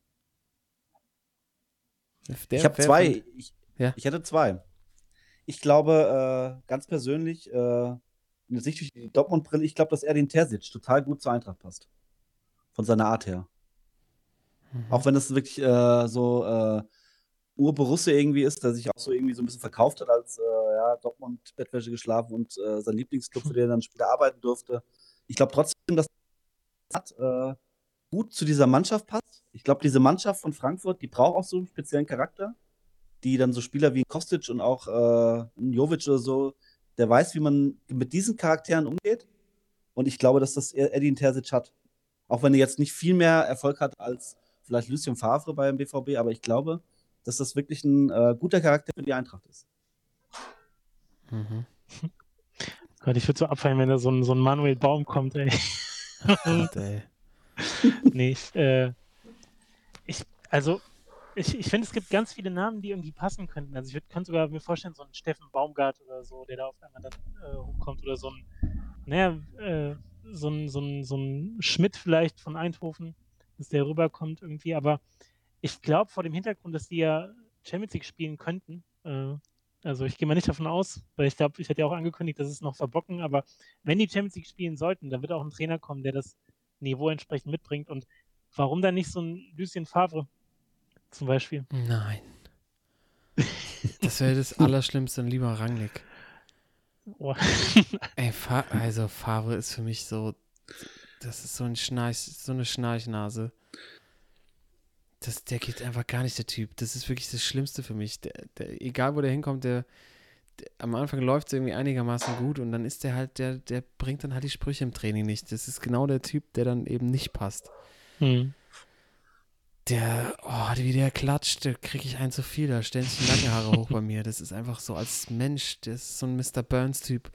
Der, ich habe wer zwei. von- Ich, Ja. ich hätte zwei. Ich glaube, äh, ganz persönlich, äh, mit Sicht durch die Dortmund-Brille, ich glaube, dass er den Terzic total gut zur Eintracht passt. Von seiner Art her. Mhm. Auch wenn das wirklich äh, so äh, Ur-Borusse irgendwie ist, der sich auch so irgendwie so ein bisschen verkauft hat als äh, ja, Dortmund-Bettwäsche geschlafen und äh, sein Lieblingsclub, für den er dann später arbeiten durfte. Ich glaube trotzdem, dass das äh, gut zu dieser Mannschaft passt. Ich glaube, diese Mannschaft von Frankfurt, die braucht auch so einen speziellen Charakter, die dann so Spieler wie Kostic und auch äh, ein Jovic oder so, der weiß, wie man mit diesen Charakteren umgeht. Und ich glaube, dass das Edin Terzic hat. Auch wenn er jetzt nicht viel mehr Erfolg hat als vielleicht Lucien Favre beim B V B, aber ich glaube, dass das wirklich ein äh, guter Charakter für die Eintracht ist. Mhm. Gott, ich würde so abfallen, wenn da so ein, so ein Manuel Baum kommt, ey. Gott, ey. Nee, ich, äh, ich also, ich, ich finde, es gibt ganz viele Namen, die irgendwie passen könnten. Also, ich würd, könnte sogar mir vorstellen, so ein Steffen Baumgart oder so, der da auf einmal dann äh, hochkommt oder so ein, naja, äh, so ein, so ein, so ein Schmidt vielleicht von Eindhoven, dass der rüberkommt irgendwie. Aber ich glaube, vor dem Hintergrund, dass die ja Champions League spielen könnten, äh, also ich gehe mal nicht davon aus, weil ich glaube, ich hatte ja auch angekündigt, dass es noch verbocken, aber wenn die Champions League spielen sollten, dann wird auch ein Trainer kommen, der das Niveau entsprechend mitbringt. Und warum dann nicht so ein Lucien Favre zum Beispiel? Nein. Das wäre das Allerschlimmste, ein lieber Rangnick. Oh. Ey, Fa also Favre ist für mich so, das ist so ein Schnarch, so eine Schnarchnase. Das, der geht einfach gar nicht, der Typ. Das ist wirklich das Schlimmste für mich. Der, der, egal, wo der hinkommt, der, der am Anfang läuft es irgendwie einigermaßen gut und dann ist der halt, der, der bringt dann halt die Sprüche im Training nicht. Das ist genau der Typ, der dann eben nicht passt. Hm. Der, oh, wie der klatscht, da kriege ich ein zu viel. Da stellen sich die Nackenhaare hoch bei mir. Das ist einfach so als Mensch, der ist so ein Mister Burns-Typ.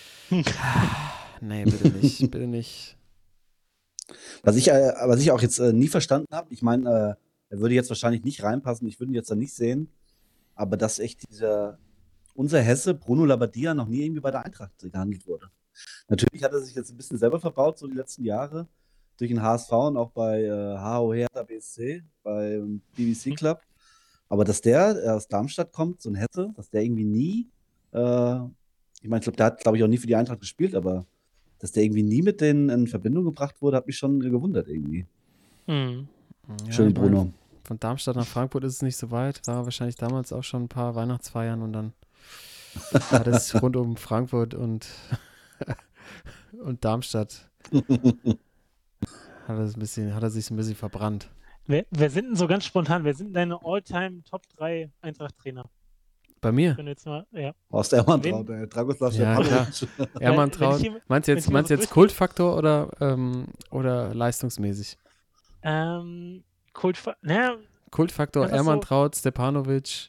Nee, bitte nicht, bitte nicht. Was ich, äh, was ich auch jetzt äh, nie verstanden habe, ich meine, äh, er würde jetzt wahrscheinlich nicht reinpassen, ich würde ihn jetzt da nicht sehen, aber dass echt dieser, unser Hesse, Bruno Labbadia, noch nie irgendwie bei der Eintracht gehandelt wurde. Natürlich hat er sich jetzt ein bisschen selber verbaut, so die letzten Jahre, durch den H S V und auch bei äh, H O Hertha B S C, beim B B C Club. Aber dass der äh, aus Darmstadt kommt, so ein Hesse, dass der irgendwie nie, äh, ich meine, ich glaube, der hat, glaube ich, auch nie für die Eintracht gespielt, aber dass der irgendwie nie mit denen in Verbindung gebracht wurde, hat mich schon gewundert irgendwie. Hm. Ja, Schön, ich mein, Bruno. von Darmstadt nach Frankfurt ist es nicht so weit. War wahrscheinlich damals auch schon ein paar Weihnachtsfeiern und dann hat es rund um Frankfurt und, und Darmstadt hat er, ein bisschen, hat er sich ein bisschen verbrannt. Wer, wer sind denn so ganz spontan, wer sind deine All-Time Top drei Eintracht-Trainer? Bei mir? Wenn du jetzt mal, ja. Horst Ermantraut, der Dragoslav Ja, klar. Stepanovic. Ermantraut. wenn ich hier- Meinst du wenn jetzt, ich meinst du hier jetzt so Kultfaktor oder, ähm, oder leistungsmäßig? Ähm, Kult, naja, Kultfaktor Einfach so- Ermantraut, Stepanovic.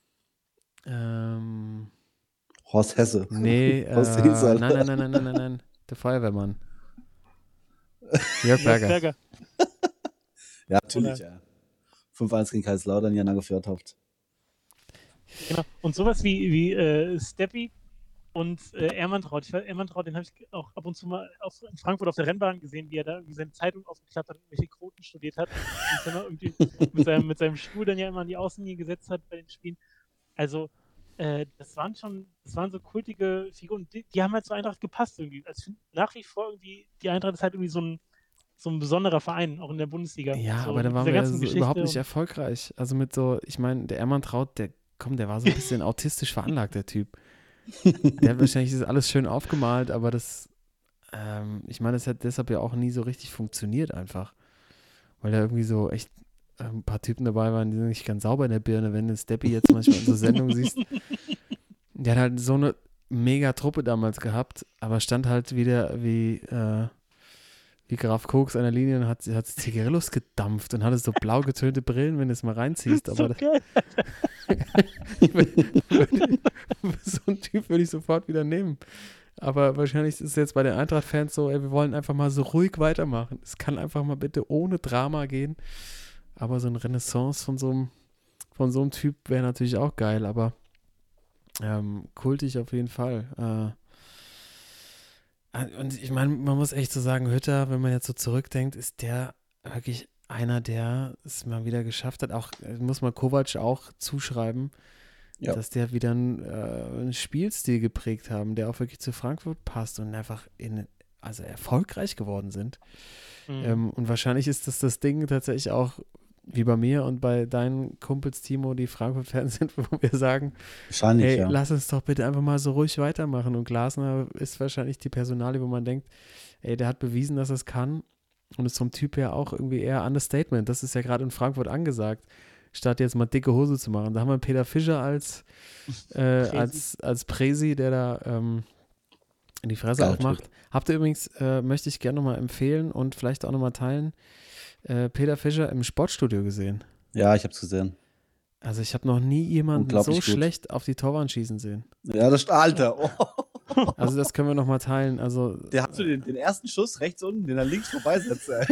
Ähm, Horst Hesse. nee, äh, Horst nein, Hesal. nein, nein, nein, nein, nein, nein. Der Feuerwehrmann. Jörg Jörg Berger. Berger. Ja, natürlich, ja. fünf eins gegen Kaiserslautern, Jana Gefjordhaft. Genau. Und sowas wie, wie äh, Steppi und äh, Ermantraut. Ich weiß, Ermantraut, den habe ich auch ab und zu mal auf, in Frankfurt auf der Rennbahn gesehen, wie er da wie seine Zeitung aufgeklappt hat und welche Quoten studiert hat. Und dann irgendwie mit, seinem, mit seinem Stuhl dann ja immer an die Außenlinie gesetzt hat bei den Spielen. Also, äh, das waren schon, das waren so kultige Figuren, die, die haben halt zur Eintracht gepasst irgendwie. Also ich finde nach wie vor irgendwie, die Eintracht ist halt irgendwie so ein, so ein besonderer Verein, auch in der Bundesliga. Ja, so, aber da mit waren dieser wir ganzen so Geschichte überhaupt nicht und- erfolgreich. Also mit so, ich meine, der Ermantraut, der, komm, der war so ein bisschen autistisch veranlagt, der Typ. Der hat wahrscheinlich das alles schön aufgemalt, aber das, ähm, ich meine, das hat deshalb ja auch nie so richtig funktioniert einfach. Weil da irgendwie so echt äh, ein paar Typen dabei waren, die sind nicht ganz sauber in der Birne. Wenn du Steppi jetzt manchmal in so Sendungen siehst, der hat halt so eine mega Truppe damals gehabt, aber stand halt wieder wie, äh, wie Graf Koks an der Linie und hat, hat Zigarillos gedampft und hatte so blau getönte Brillen, wenn du es mal reinziehst. so Aber das, geil. so einen Typ würde ich sofort wieder nehmen. Aber wahrscheinlich ist es jetzt bei den Eintracht-Fans so, ey, wir wollen einfach mal so ruhig weitermachen. Es kann einfach mal bitte ohne Drama gehen. Aber so eine Renaissance von so einem, von so einem Typ wäre natürlich auch geil, aber ähm, kultig auf jeden Fall. Äh, und ich meine, man muss echt so sagen, Hütter, wenn man jetzt so zurückdenkt, ist der wirklich einer, der es mal wieder geschafft hat. Auch muss man Kovac auch zuschreiben, Ja. dass der wieder einen, äh, einen Spielstil geprägt haben, der auch wirklich zu Frankfurt passt und einfach in, also erfolgreich geworden sind. Mhm. Ähm, und wahrscheinlich ist das das Ding tatsächlich auch wie bei mir und bei deinen Kumpels, Timo, die Frankfurt-Fans sind, wo wir sagen, Wahrscheinlich, hey, ja. lass uns doch bitte einfach mal so ruhig weitermachen. Und Glasner ist wahrscheinlich die Personalie, wo man denkt, ey, der hat bewiesen, dass er es kann und ist vom Typ her auch irgendwie eher Understatement. Das ist ja gerade in Frankfurt angesagt, statt jetzt mal dicke Hose zu machen. Da haben wir Peter Fischer als, äh, Präsi. als, als Präsi, der da ähm, in die Fresse Geiler aufmacht. Habt ihr übrigens, äh, möchte ich gerne nochmal empfehlen und vielleicht auch nochmal teilen, äh, Peter Fischer im Sportstudio gesehen. Ja, ich hab's gesehen. Also ich habe noch nie jemanden so Unglaublich gut. schlecht auf die Torwand schießen sehen. Ja, das Alter. Oh. Also das können wir nochmal teilen. Also Der hat so den, den ersten Schuss rechts unten, den er links vorbeisetzt, ey.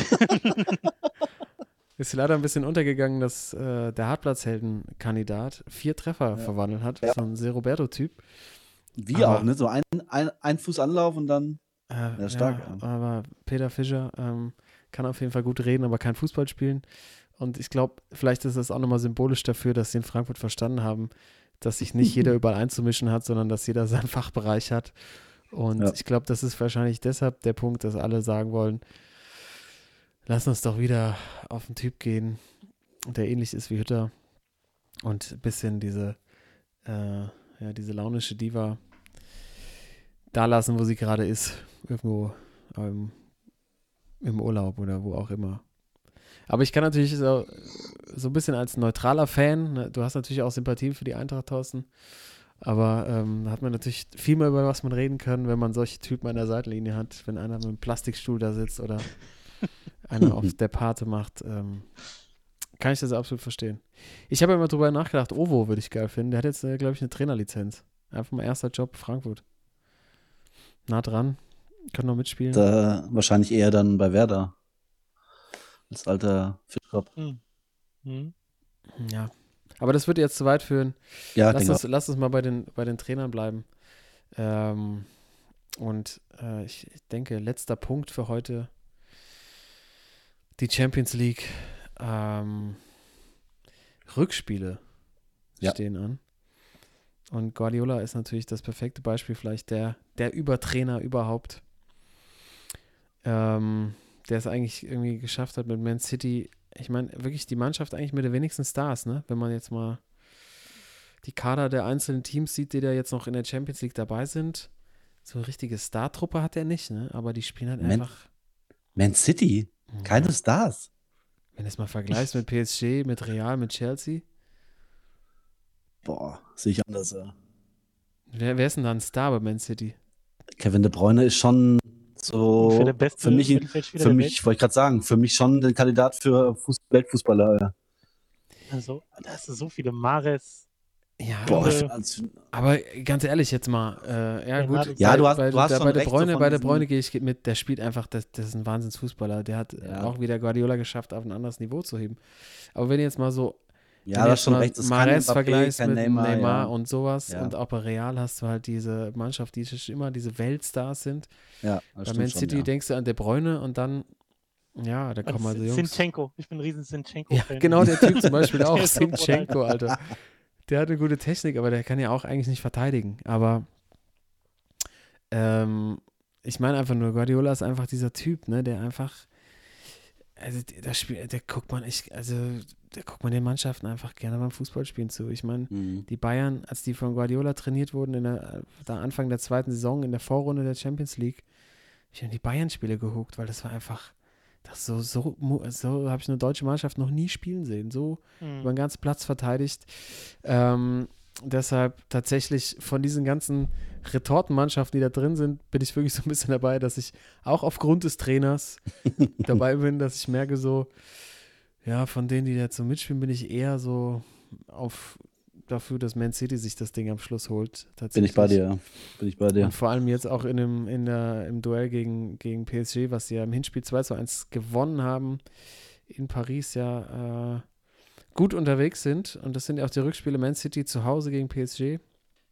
ist leider ein bisschen untergegangen, dass äh, der Hartplatzhelden-Kandidat vier Treffer Ja. verwandelt hat. Ja. So ein Seroberto-Typ. Wie Aber- auch, ne? So ein, ein, ein Fuß Anlauf und dann. Äh, Ja, stark, ja, ja. aber Peter Fischer ähm, kann auf jeden Fall gut reden, aber kein Fußball spielen. Und ich glaube, vielleicht ist das auch nochmal symbolisch dafür, dass sie in Frankfurt verstanden haben, dass sich nicht jeder überall einzumischen hat, sondern dass jeder seinen Fachbereich hat. Und Ja. ich glaube, das ist wahrscheinlich deshalb der Punkt, dass alle sagen wollen, lass uns doch wieder auf einen Typ gehen, der ähnlich ist wie Hütter und ein bisschen diese, äh, ja, diese launische Diva da lassen, wo sie gerade ist. Irgendwo ähm, im Urlaub oder wo auch immer. Aber ich kann natürlich so, so ein bisschen als neutraler Fan, ne, du hast natürlich auch Sympathien für die Eintracht, Thorsten, aber ähm, da hat man natürlich viel mehr, über was man reden kann, wenn man solche Typen an der Seitenlinie hat, wenn einer mit einem Plastikstuhl da sitzt oder einer auf der Pate macht. Ähm, kann ich das absolut verstehen. Ich habe immer drüber nachgedacht, Ovo würde ich geil finden. Der hat jetzt, äh, glaube ich, eine Trainerlizenz. Einfach mal erster Job, Frankfurt. Nah dran, kann noch mitspielen. Da wahrscheinlich eher dann bei Werder. Als alter Fischkopf. Hm. Hm. Ja, aber das würde jetzt zu weit führen. Ja, Lass denke uns, lass uns mal bei den, bei den Trainern bleiben. Ähm, und äh, ich, ich denke, letzter Punkt für heute. Die Champions League ähm, Rückspiele Ja. stehen an. Und Guardiola ist natürlich das perfekte Beispiel, vielleicht der, der Übertrainer überhaupt, ähm, der es eigentlich irgendwie geschafft hat mit Man City. Ich meine, wirklich die Mannschaft eigentlich mit den wenigsten Stars, ne? Wenn man jetzt mal die Kader der einzelnen Teams sieht, die da jetzt noch in der Champions League dabei sind. So eine richtige Star-Truppe hat er nicht, ne? Aber die spielen halt Man- einfach. Man City, keine Ja, Stars. wenn du es mal vergleichst mit P S G, mit Real, mit Chelsea. Boah, sehe ich anders. Ja. Wer, wer ist denn da ein Star bei Man City? Kevin De Bruyne ist schon so Ungefähr der beste für mich, Mittelfeldspieler für der mich, Welt. ich wollte gerade sagen, für mich schon der Kandidat für Fuß Weltfußballer. Ja. Also, da hast du so viele Mahrez. Ja, Boah, aber, ich, also, aber ganz ehrlich jetzt mal, äh, ja gut, Bernardo Ja, bei, du hast- bei, du hast da, schon bei De recht, so Bruyne, von bei De diesen- Bruyne gehe ich mit, der spielt einfach, das, das ist ein Wahnsinnsfußballer, der hat Ja. auch wieder Guardiola geschafft, auf ein anderes Niveau zu heben. Aber wenn du jetzt mal so, ja, wenn du du hast jetzt schon mal recht. Das ist kein Mahrez Mbappé, vergleichst kein mit Neymar, Neymar ja. und sowas Ja. und auch bei Real hast du halt diese Mannschaft, die schon immer diese Weltstars sind. Ja, das Bei stimmt Man schon, City ja. denkst du an De Bruyne und dann, ja, da kommen also Also, Jungs. Sinchenko. Ich bin ein riesen Ja, Sinchenko-Fan. genau, der Typ zum Beispiel Der auch, ist so brutal. Sinchenko, Alter. Der hat eine gute Technik, aber der kann ja auch eigentlich nicht verteidigen. Aber ähm, ich meine einfach nur, Guardiola ist einfach dieser Typ, ne, der einfach, also der spielt, der guckt man echt, also da guckt man den Mannschaften einfach gerne beim Fußballspielen zu. Ich meine, Mhm. die Bayern, als die von Guardiola trainiert wurden, in der, da Anfang der zweiten Saison in der Vorrunde der Champions League, ich habe die Bayern-Spiele geguckt, weil das war einfach, das so, so, so habe ich eine deutsche Mannschaft noch nie spielen sehen. So Hm. über den ganzen Platz verteidigt. Ähm, deshalb tatsächlich von diesen ganzen Retortenmannschaften, die da drin sind, bin ich wirklich so ein bisschen dabei, dass ich auch aufgrund des Trainers dabei bin, dass ich merke so, ja, von denen, die jetzt so mitspielen, bin ich eher so auf dafür, dass Man City sich das Ding am Schluss holt. Bin ich bei dir. Bin ich bei dir. Und vor allem jetzt auch in dem, in der, im Duell gegen, gegen P S G, was sie ja im Hinspiel zwei zu eins gewonnen haben, in Paris ja äh, gut unterwegs sind. Und das sind ja auch die Rückspiele Man City zu Hause gegen P S G.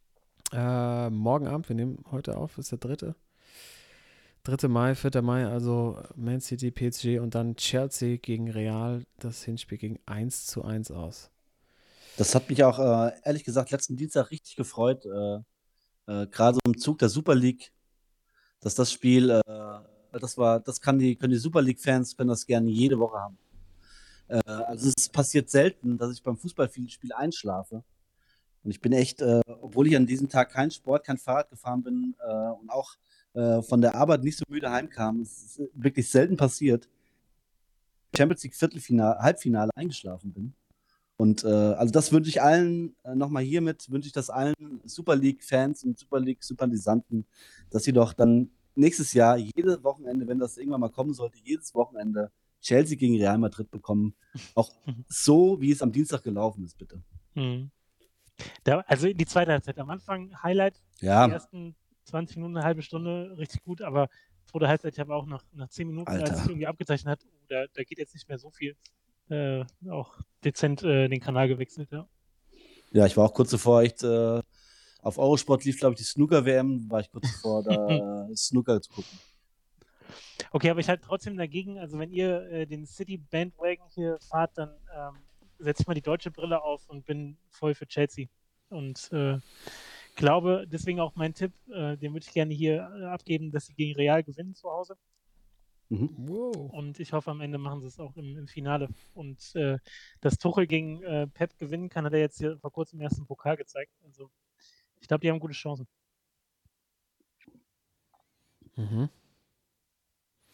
Äh, morgen Abend, wir nehmen heute auf, ist der dritte. dritter Mai, vierter Mai, also Man City, P S G und dann Chelsea gegen Real. Das Hinspiel ging eins zu eins aus. Das hat mich auch, äh, ehrlich gesagt, letzten Dienstag richtig gefreut. Äh, äh, Gerade so im Zug der Super League, dass das Spiel, äh, das war, das kann die, können die Super League-Fans, können das gerne jede Woche haben. Äh, also es passiert selten, dass ich beim Fußballspiel einschlafe. Und ich bin echt, äh, obwohl ich an diesem Tag kein Sport, kein Fahrrad gefahren bin äh, und auch äh, von der Arbeit nicht so müde heimkam, es ist wirklich selten passiert, Champions League Viertelfinale, Halbfinale eingeschlafen bin. Und äh, also das wünsche ich allen, äh, nochmal hiermit, wünsche ich das allen Super League-Fans und Super League-Sympathisanten, dass sie doch dann nächstes Jahr, jedes Wochenende, wenn das irgendwann mal kommen sollte, jedes Wochenende Chelsea gegen Real Madrid bekommen. Auch so, wie es am Dienstag gelaufen ist, bitte. Hm. Da, also die zweite Halbzeit am Anfang, Highlight, die Ja, ersten zwanzig Minuten, eine halbe Stunde, richtig gut, aber zweite Halbzeit, ich habe auch nach, nach zehn Minuten, als Alter. es irgendwie abgezeichnet hat, oh, da, da geht jetzt nicht mehr so viel, äh, auch dezent äh, den Kanal gewechselt, ja. Ja, ich war auch kurz davor, echt äh, auf Eurosport lief, glaube ich, die Snooker-W M, war ich kurz davor, da äh, Snooker zu gucken. Okay, aber ich halte trotzdem dagegen, also wenn ihr äh, den City Bandwagon hier fahrt, dann ähm, setze ich mal die deutsche Brille auf und bin voll für Chelsea. Und äh, glaube, deswegen auch mein Tipp, äh, den würde ich gerne hier äh, abgeben, dass sie gegen Real gewinnen zu Hause. Mhm. Wow. Und ich hoffe, am Ende machen sie es auch im, im Finale. Und äh, dass Tuchel gegen äh, Pep gewinnen kann, hat er jetzt hier vor kurzem erst im Pokal gezeigt. Also ich glaube, die haben gute Chancen. Mhm.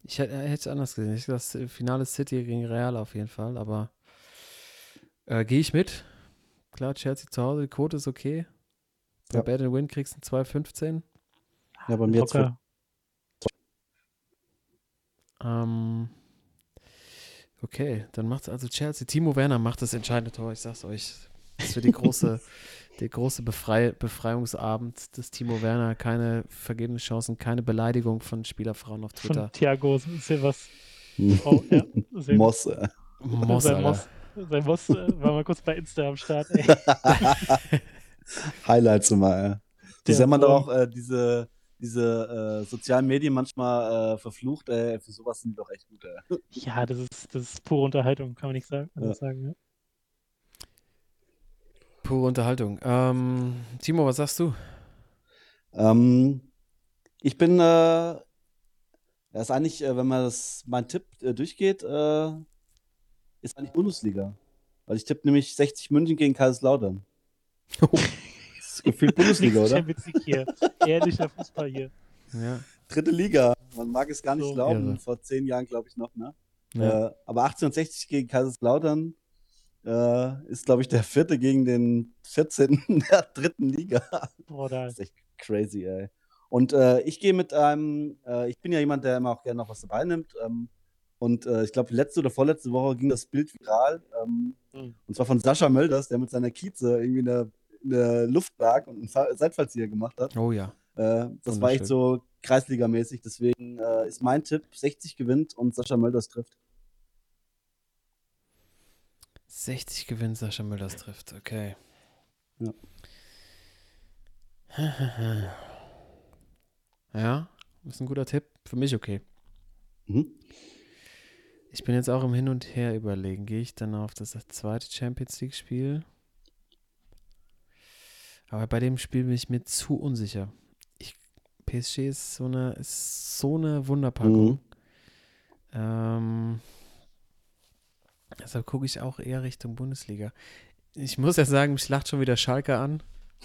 Ich hätte es anders gesehen. Ich das Finale City gegen Real auf jeden Fall, aber äh, gehe ich mit. Klar, Chelsea zu Hause, die Quote ist okay. Bei Ja. Bet and Win kriegst du zwei fünfzehn. Ja, bei mir jetzt Locker. Ähm, okay, dann macht es also Chelsea. Timo Werner macht das entscheidende Tor, ich sag's euch. Das wird die große, der große Befrei Befreiungsabend des Timo Werner. Keine vergebenen Chancen, keine Beleidigung von Spielerfrauen auf Twitter. Von Thiago Silvas Frau. Ja, sehr gut. Moss. Äh. Moss, sein Alter. Moss, sein Moss äh, war mal kurz bei Insta am Start. Ey. Highlights immer, ja. So Der sehr man doch Wurm. auch äh, diese, diese äh, sozialen Medien manchmal äh, verflucht, äh, für sowas sind die doch echt gut. Äh. Ja, das ist, das ist pure Unterhaltung, kann man nicht sagen. Ja. sagen ja. Pure Unterhaltung. Ähm, Timo, was sagst du? Ähm, ich bin, äh, das ist eigentlich, äh, wenn man das, mein Tipp äh, durchgeht, äh, ist eigentlich Bundesliga. Weil ich tippe nämlich sechzig München gegen Kaiserslautern. Das ist gefühlt Bundesliga, Nichts oder? Champions League hier. Ehrlicher Fußball hier. Ja, Dritte Liga. Man mag es gar nicht So glauben. irre. Vor zehn Jahren, glaube ich, noch, ne? ja. Äh, aber achtzehnhundertsechzig gegen Kaiserslautern äh, ist, glaube ich, der vierte gegen den vierzehnten der dritten Liga. Boah, da Das ist echt crazy, ey. Und äh, ich gehe mit einem, äh, ich bin ja jemand, der immer auch gerne noch was dabei nimmt. Ähm, und äh, ich glaube, letzte oder vorletzte Woche ging das Bild viral. Ähm, Mhm. Und zwar von Sascha Mölders, der mit seiner Kieze irgendwie in der, in der Luft lag und einen Fa- Seitfallzieher gemacht hat. Oh ja. Äh, das war echt Wunderschön. so Kreisligamäßig. Deswegen äh, ist mein Tipp, sechzig gewinnt und Sascha Mölders trifft. sechzig gewinnt, Sascha Müllers trifft. Okay. Ja. Ja, ist ein guter Tipp. Für mich okay. Mhm. Ich bin jetzt auch im Hin und Her überlegen. Gehe ich dann auf das zweite Champions League-Spiel? Aber bei dem Spiel bin ich mir zu unsicher. Ich, P S G ist so eine, ist so eine Wunderpackung. Mhm. Ähm, deshalb gucke ich auch eher Richtung Bundesliga. Ich muss ja sagen, mich lacht schon wieder Schalke an.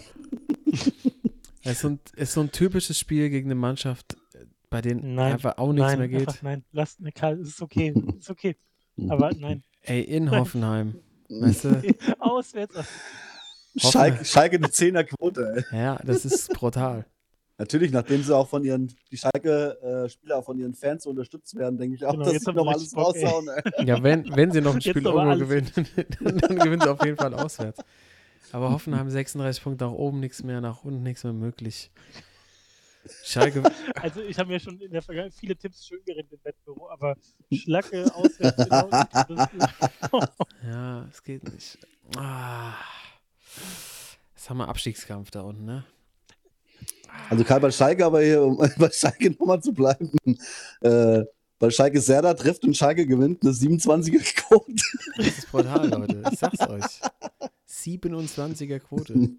Es ist so ein, es ist so ein typisches Spiel gegen eine Mannschaft, bei denen Nein, einfach auch nichts nein, mehr geht. einfach nein. Lass, ne, Karl, es ist okay. Es ist okay. Aber nein. Ey, in Hoffenheim. Weißt du? Auswärts. Schalke, Schalke eine Zehner-Quote, ey. Ja, das ist brutal. Natürlich, nachdem sie auch von ihren, die Schalke-Spieler auch von ihren Fans so unterstützt werden, denke ich auch, Genau, dass jetzt sie haben noch sie alles richtig Bock, ey. raushauen, ey. Ja, wenn, wenn sie noch ein Jetzt Spiel aber irgendwo alles. gewinnen, dann, dann gewinnen sie auf jeden Fall auswärts. Aber Hoffenheim sechsunddreißig Punkte nach oben, nichts mehr, nach unten nichts mehr möglich. Schalke, Also ich habe mir schon in der Vergangenheit viele Tipps schön geredet im Wettbüro, aber Schlacke auswärts genau. Das ist, ja, es geht nicht. Ah. Jetzt haben wir Abstiegskampf da unten, ne? Also Karl, bei Schalke, aber hier, um bei Schalke nochmal zu bleiben, äh, bei Schalke Serda trifft und Schalke gewinnt eine siebenundzwanziger-Quote. Das ist brutal, Leute. Ich sag's euch. siebenundzwanziger Quote.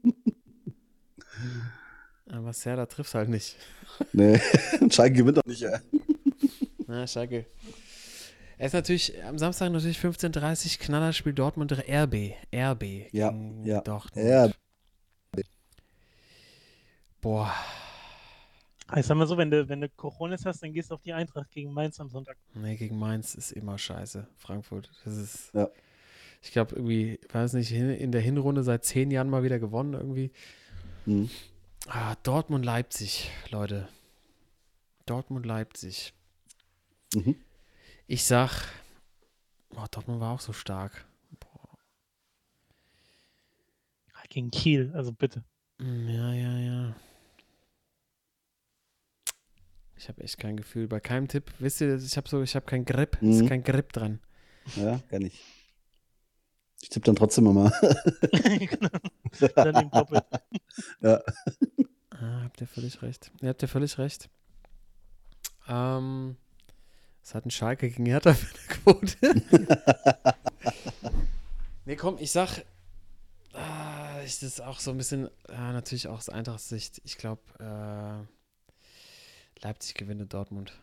Aber Serda trifft halt nicht. Nee, Schalke gewinnt doch nicht, ey. Na, Schalke. Er ist natürlich am Samstag natürlich fünfzehn Uhr dreißig Knallerspiel Dortmund R B. R B Ja, gegen ja. Dortmund. Ja. Boah. ich sag mal so, wenn du, wenn du Cojones hast, dann gehst du auf die Eintracht gegen Mainz am Sonntag. Nee, gegen Mainz ist immer scheiße. Frankfurt. Das ist. Ja. Ich glaube, irgendwie, weiß nicht, hin- in der Hinrunde seit zehn Jahren mal wieder gewonnen irgendwie. Mhm. Ah, Dortmund-Leipzig, Leute. Dortmund-Leipzig. Mhm. Ich sag, oh, Dortmund war auch so stark. Boah. Gegen Kiel, also bitte. Mm, Ja, ja, ja. Ich habe echt kein Gefühl. Bei keinem Tipp, wisst ihr, ich habe so, ich habe kein Grip. Mhm. Ist kein Grip dran. Ja, gar nicht. Ich tippe dann trotzdem immer. Genau. Dann eben doppelt. Ja. Ah, habt ihr völlig recht. Ihr habt ja völlig recht. Ähm, was hat ein Schalke gegen Hertha für eine Quote? Nee, komm, ich sag, ah, ich, das ist auch so ein bisschen, ja, natürlich auch aus Eintracht-Sicht. Ich glaube, äh, Leipzig gewinnt in Dortmund.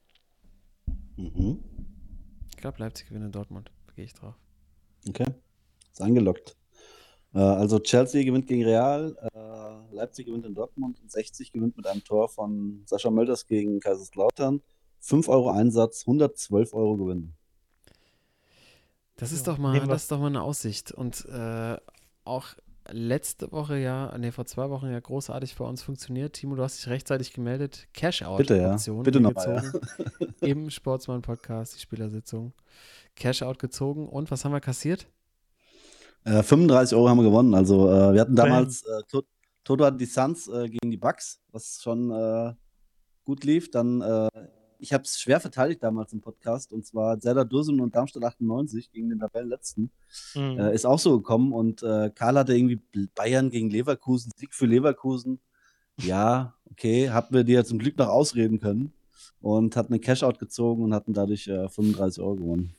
Mhm. Ich glaube, Leipzig gewinnt in Dortmund. Da gehe ich drauf. Okay. Ist angelockt. Äh, also Chelsea gewinnt gegen Real, äh, Leipzig gewinnt in Dortmund und sechzig gewinnt mit einem Tor von Sascha Mölders gegen Kaiserslautern. fünf Euro Einsatz, hundertzwölf Euro Gewinn. Das ist Ja, doch mal, nehmen wir. das ist doch mal eine Aussicht. Und äh, auch letzte Woche ja, nee, vor zwei Wochen ja großartig bei uns funktioniert. Timo, du hast dich rechtzeitig gemeldet. Bitte, ja. Cash-Out-Option Bitte hier nochmal, ja. gezogen. Im Sportsmann-Podcast, die Spielersitzung. Cash-Out gezogen. Und was haben wir kassiert? Äh, fünfunddreißig Euro haben wir gewonnen. Also äh, wir hatten Bam. damals äh, To- Toto hat die Suns äh, gegen die Bucks, was schon äh, gut lief. Dann, äh, ich habe es schwer verteidigt damals im Podcast. Und zwar Serdar Dursun und Darmstadt achtundneunzig gegen den Tabellenletzten. Mhm. Äh, ist auch so gekommen. Und äh, Karl hatte irgendwie Bayern gegen Leverkusen, Sieg für Leverkusen. Ja, okay, hatten wir dir zum Glück noch ausreden können. Und hatten einen Cash-Out gezogen und hatten dadurch äh, fünfunddreißig Euro gewonnen.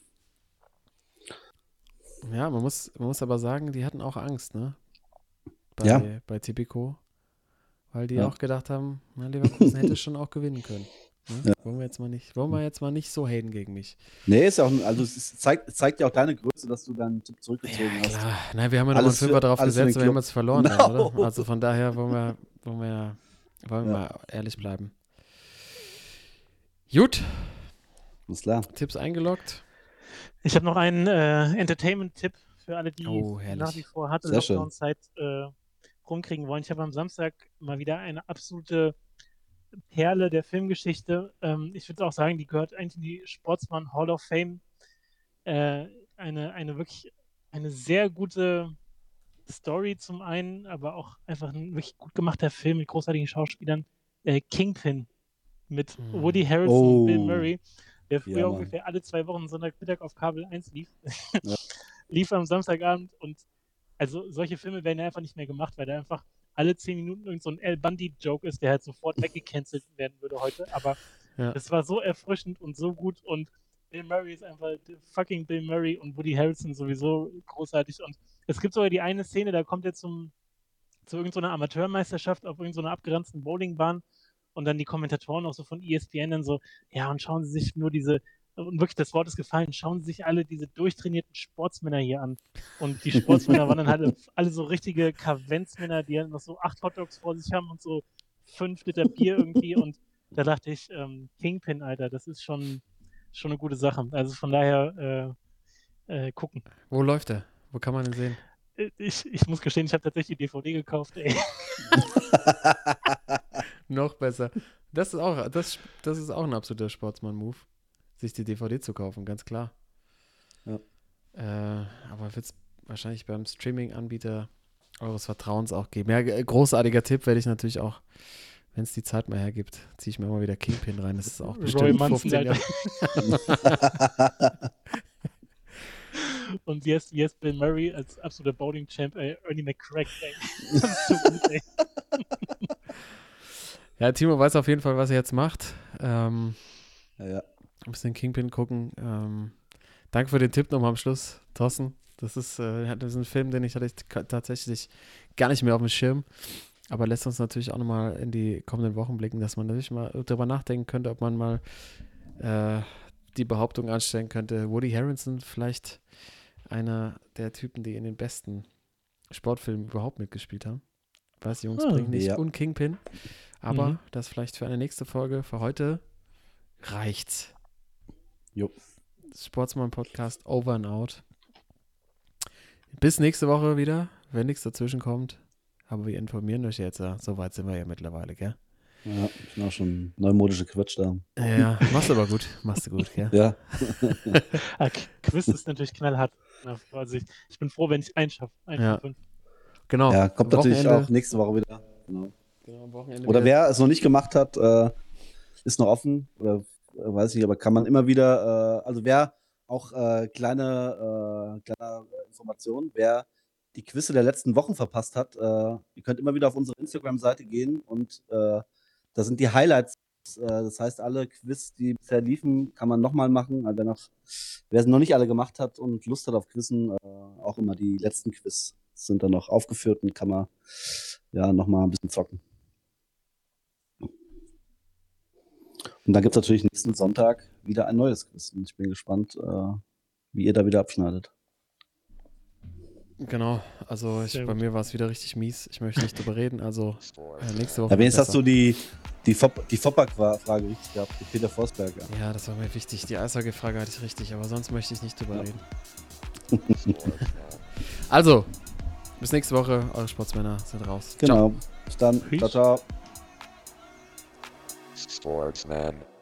Ja, man muss, man muss aber sagen, die hatten auch Angst, ne? Bei, Ja. bei Tipico. Weil die Ja. auch gedacht haben, na, Leverkusen hätte schon auch gewinnen können. Ne? Ja. Wollen wir jetzt mal nicht, wollen wir jetzt mal nicht so haten gegen mich. Nee, ist ja auch, also es ist- zeigt, zeigt ja auch deine Größe, dass du deinen Tipp zurückgezogen hast. Klar. Nein, wir haben ja noch mal einen Alles für- Fünfer drauf alles für gesetzt, den aber wir haben Club. jetzt verloren, Genau. dann, oder? Also von daher wollen wir, wollen wir, wollen wir Ja. mal ehrlich bleiben. Gut, Ist klar. Tipps eingeloggt. Ich habe noch einen äh, Entertainment-Tipp für alle, die Oh, herrlich. nach wie vor harte Sehr schön. Lockdown-Zeit äh, rumkriegen wollen. Ich habe am Samstag mal wieder eine absolute Perle der Filmgeschichte. Ähm, ich würde auch sagen, die gehört eigentlich in die Sportsman Hall of Fame. Äh, eine, eine wirklich eine sehr gute Story zum einen, aber auch einfach ein wirklich gut gemachter Film mit großartigen Schauspielern. Äh, Kingpin mit Hm. Woody Harrelson und Bill Oh. Murray, der früher Ja, Mann. ungefähr alle zwei Wochen Sonntagmittag auf Kabel eins lief. Ja. Lief am Samstagabend und also solche Filme werden ja einfach nicht mehr gemacht, weil da einfach alle zehn Minuten irgend so ein El Bundy-Joke ist, der halt sofort weggecancelt werden würde heute. Aber Ja. es war so erfrischend und so gut und Bill Murray ist einfach fucking Bill Murray und Woody Harrelson sowieso großartig. Und es gibt sogar die eine Szene, da kommt er zum, zu irgendeiner Amateurmeisterschaft auf irgendeiner abgeranzten Bowlingbahn und dann die Kommentatoren auch so von E S P N dann so, ja, und schauen Sie sich nur diese, und wirklich, das Wort ist gefallen, schauen Sie sich alle diese durchtrainierten Sportsmänner hier an. Und die Sportsmänner waren dann halt alle so richtige Kavenzmänner, die halt noch so acht Hotdogs vor sich haben und so fünf Liter Bier irgendwie. Und da dachte ich, ähm, Kingpin, Alter, das ist schon, schon eine gute Sache. Also von daher äh, äh, gucken. Wo läuft der? Wo kann man den sehen? Ich, ich muss gestehen, ich habe tatsächlich die D V D gekauft, ey. Noch besser. Das ist auch, das, das ist auch ein absoluter Sportsmann-Move, sich die D V D zu kaufen, ganz klar. Ja. Äh, aber wird es wahrscheinlich beim Streaming-Anbieter eures Vertrauens auch geben. Ja, g- großartiger Tipp werde ich natürlich auch, wenn es die Zeit mal hergibt, ziehe ich mir mal wieder Kingpin rein. Das ist auch Roy bestimmt Munson, fünfzehn Alter. Jahre. Und jetzt, jetzt Bill Murray als absoluter Bowling-Champ, ey, Ernie McCrack, ey. Das ist so gut, ey. Ja, Timo weiß auf jeden Fall, was er jetzt macht. Ähm, Ja, ja. ein bisschen Kingpin gucken. Ähm, danke für den Tipp nochmal am Schluss, Thorsten. Das ist, äh, das ist ein Film, den ich hatte ich k- tatsächlich gar nicht mehr auf dem Schirm. Aber lässt uns natürlich auch nochmal in die kommenden Wochen blicken, dass man natürlich mal darüber nachdenken könnte, ob man mal äh, die Behauptung anstellen könnte, Woody Harrelson vielleicht einer der Typen, die in den besten Sportfilmen überhaupt mitgespielt haben. Weiß, Jungs, Ah, bringt nicht. ja. Und Kingpin. Aber Mhm. das vielleicht für eine nächste Folge. Für heute reicht's. Jo. Sportsmann-Podcast over and out. Bis nächste Woche wieder, wenn nichts dazwischen kommt. Aber wir informieren euch jetzt. Ja. So weit sind wir ja mittlerweile, gell? Ja, ich bin auch schon neumodische Quatsch da. Ja, machst du aber gut. Machst du gut, gell? Ja. Ah, Qu- Quiz ist natürlich knallhart. Ja, Also ich, ich bin froh, wenn ich einschaffe. Ja. Genau. Ja, kommt natürlich Wochenende- auch nächste Woche wieder. Genau. Genau, am Wochenende Oder wieder- wer es noch nicht gemacht hat, äh, ist noch offen. Oder äh, weiß ich nicht, aber kann man immer wieder, äh, also wer auch äh, kleine, äh, kleine äh, Informationen, wer die Quizze der letzten Wochen verpasst hat, äh, ihr könnt immer wieder auf unsere Instagram-Seite gehen und äh, da sind die Highlights. Äh, das heißt, alle Quiz, die bisher liefen, kann man nochmal machen. Also wer, noch, wer es noch nicht alle gemacht hat und Lust hat auf Quizzen, äh, auch immer die letzten Quiz sind dann noch aufgeführt und kann man ja nochmal ein bisschen zocken. Und dann gibt es natürlich nächsten Sonntag wieder ein neues Quiz. Und ich bin gespannt, äh, wie ihr da wieder abschneidet. Genau, also ich, Sehr bei gut. mir war es wieder richtig mies. Ich möchte nicht drüber reden, also äh, nächste Woche. Ja, wenigstens besser. hast du die, die, Fop, die Foppak-Frage richtig gehabt, die Peter Forsberger. Ja, das war mir wichtig. Die Eishockey-Frage hatte ich richtig, aber sonst möchte ich nicht drüber Ja. reden. Also, bis nächste Woche. Eure Sportsmänner sind raus. Ciao. Genau. Bis dann. Peace. Ciao, ciao. Sportsman.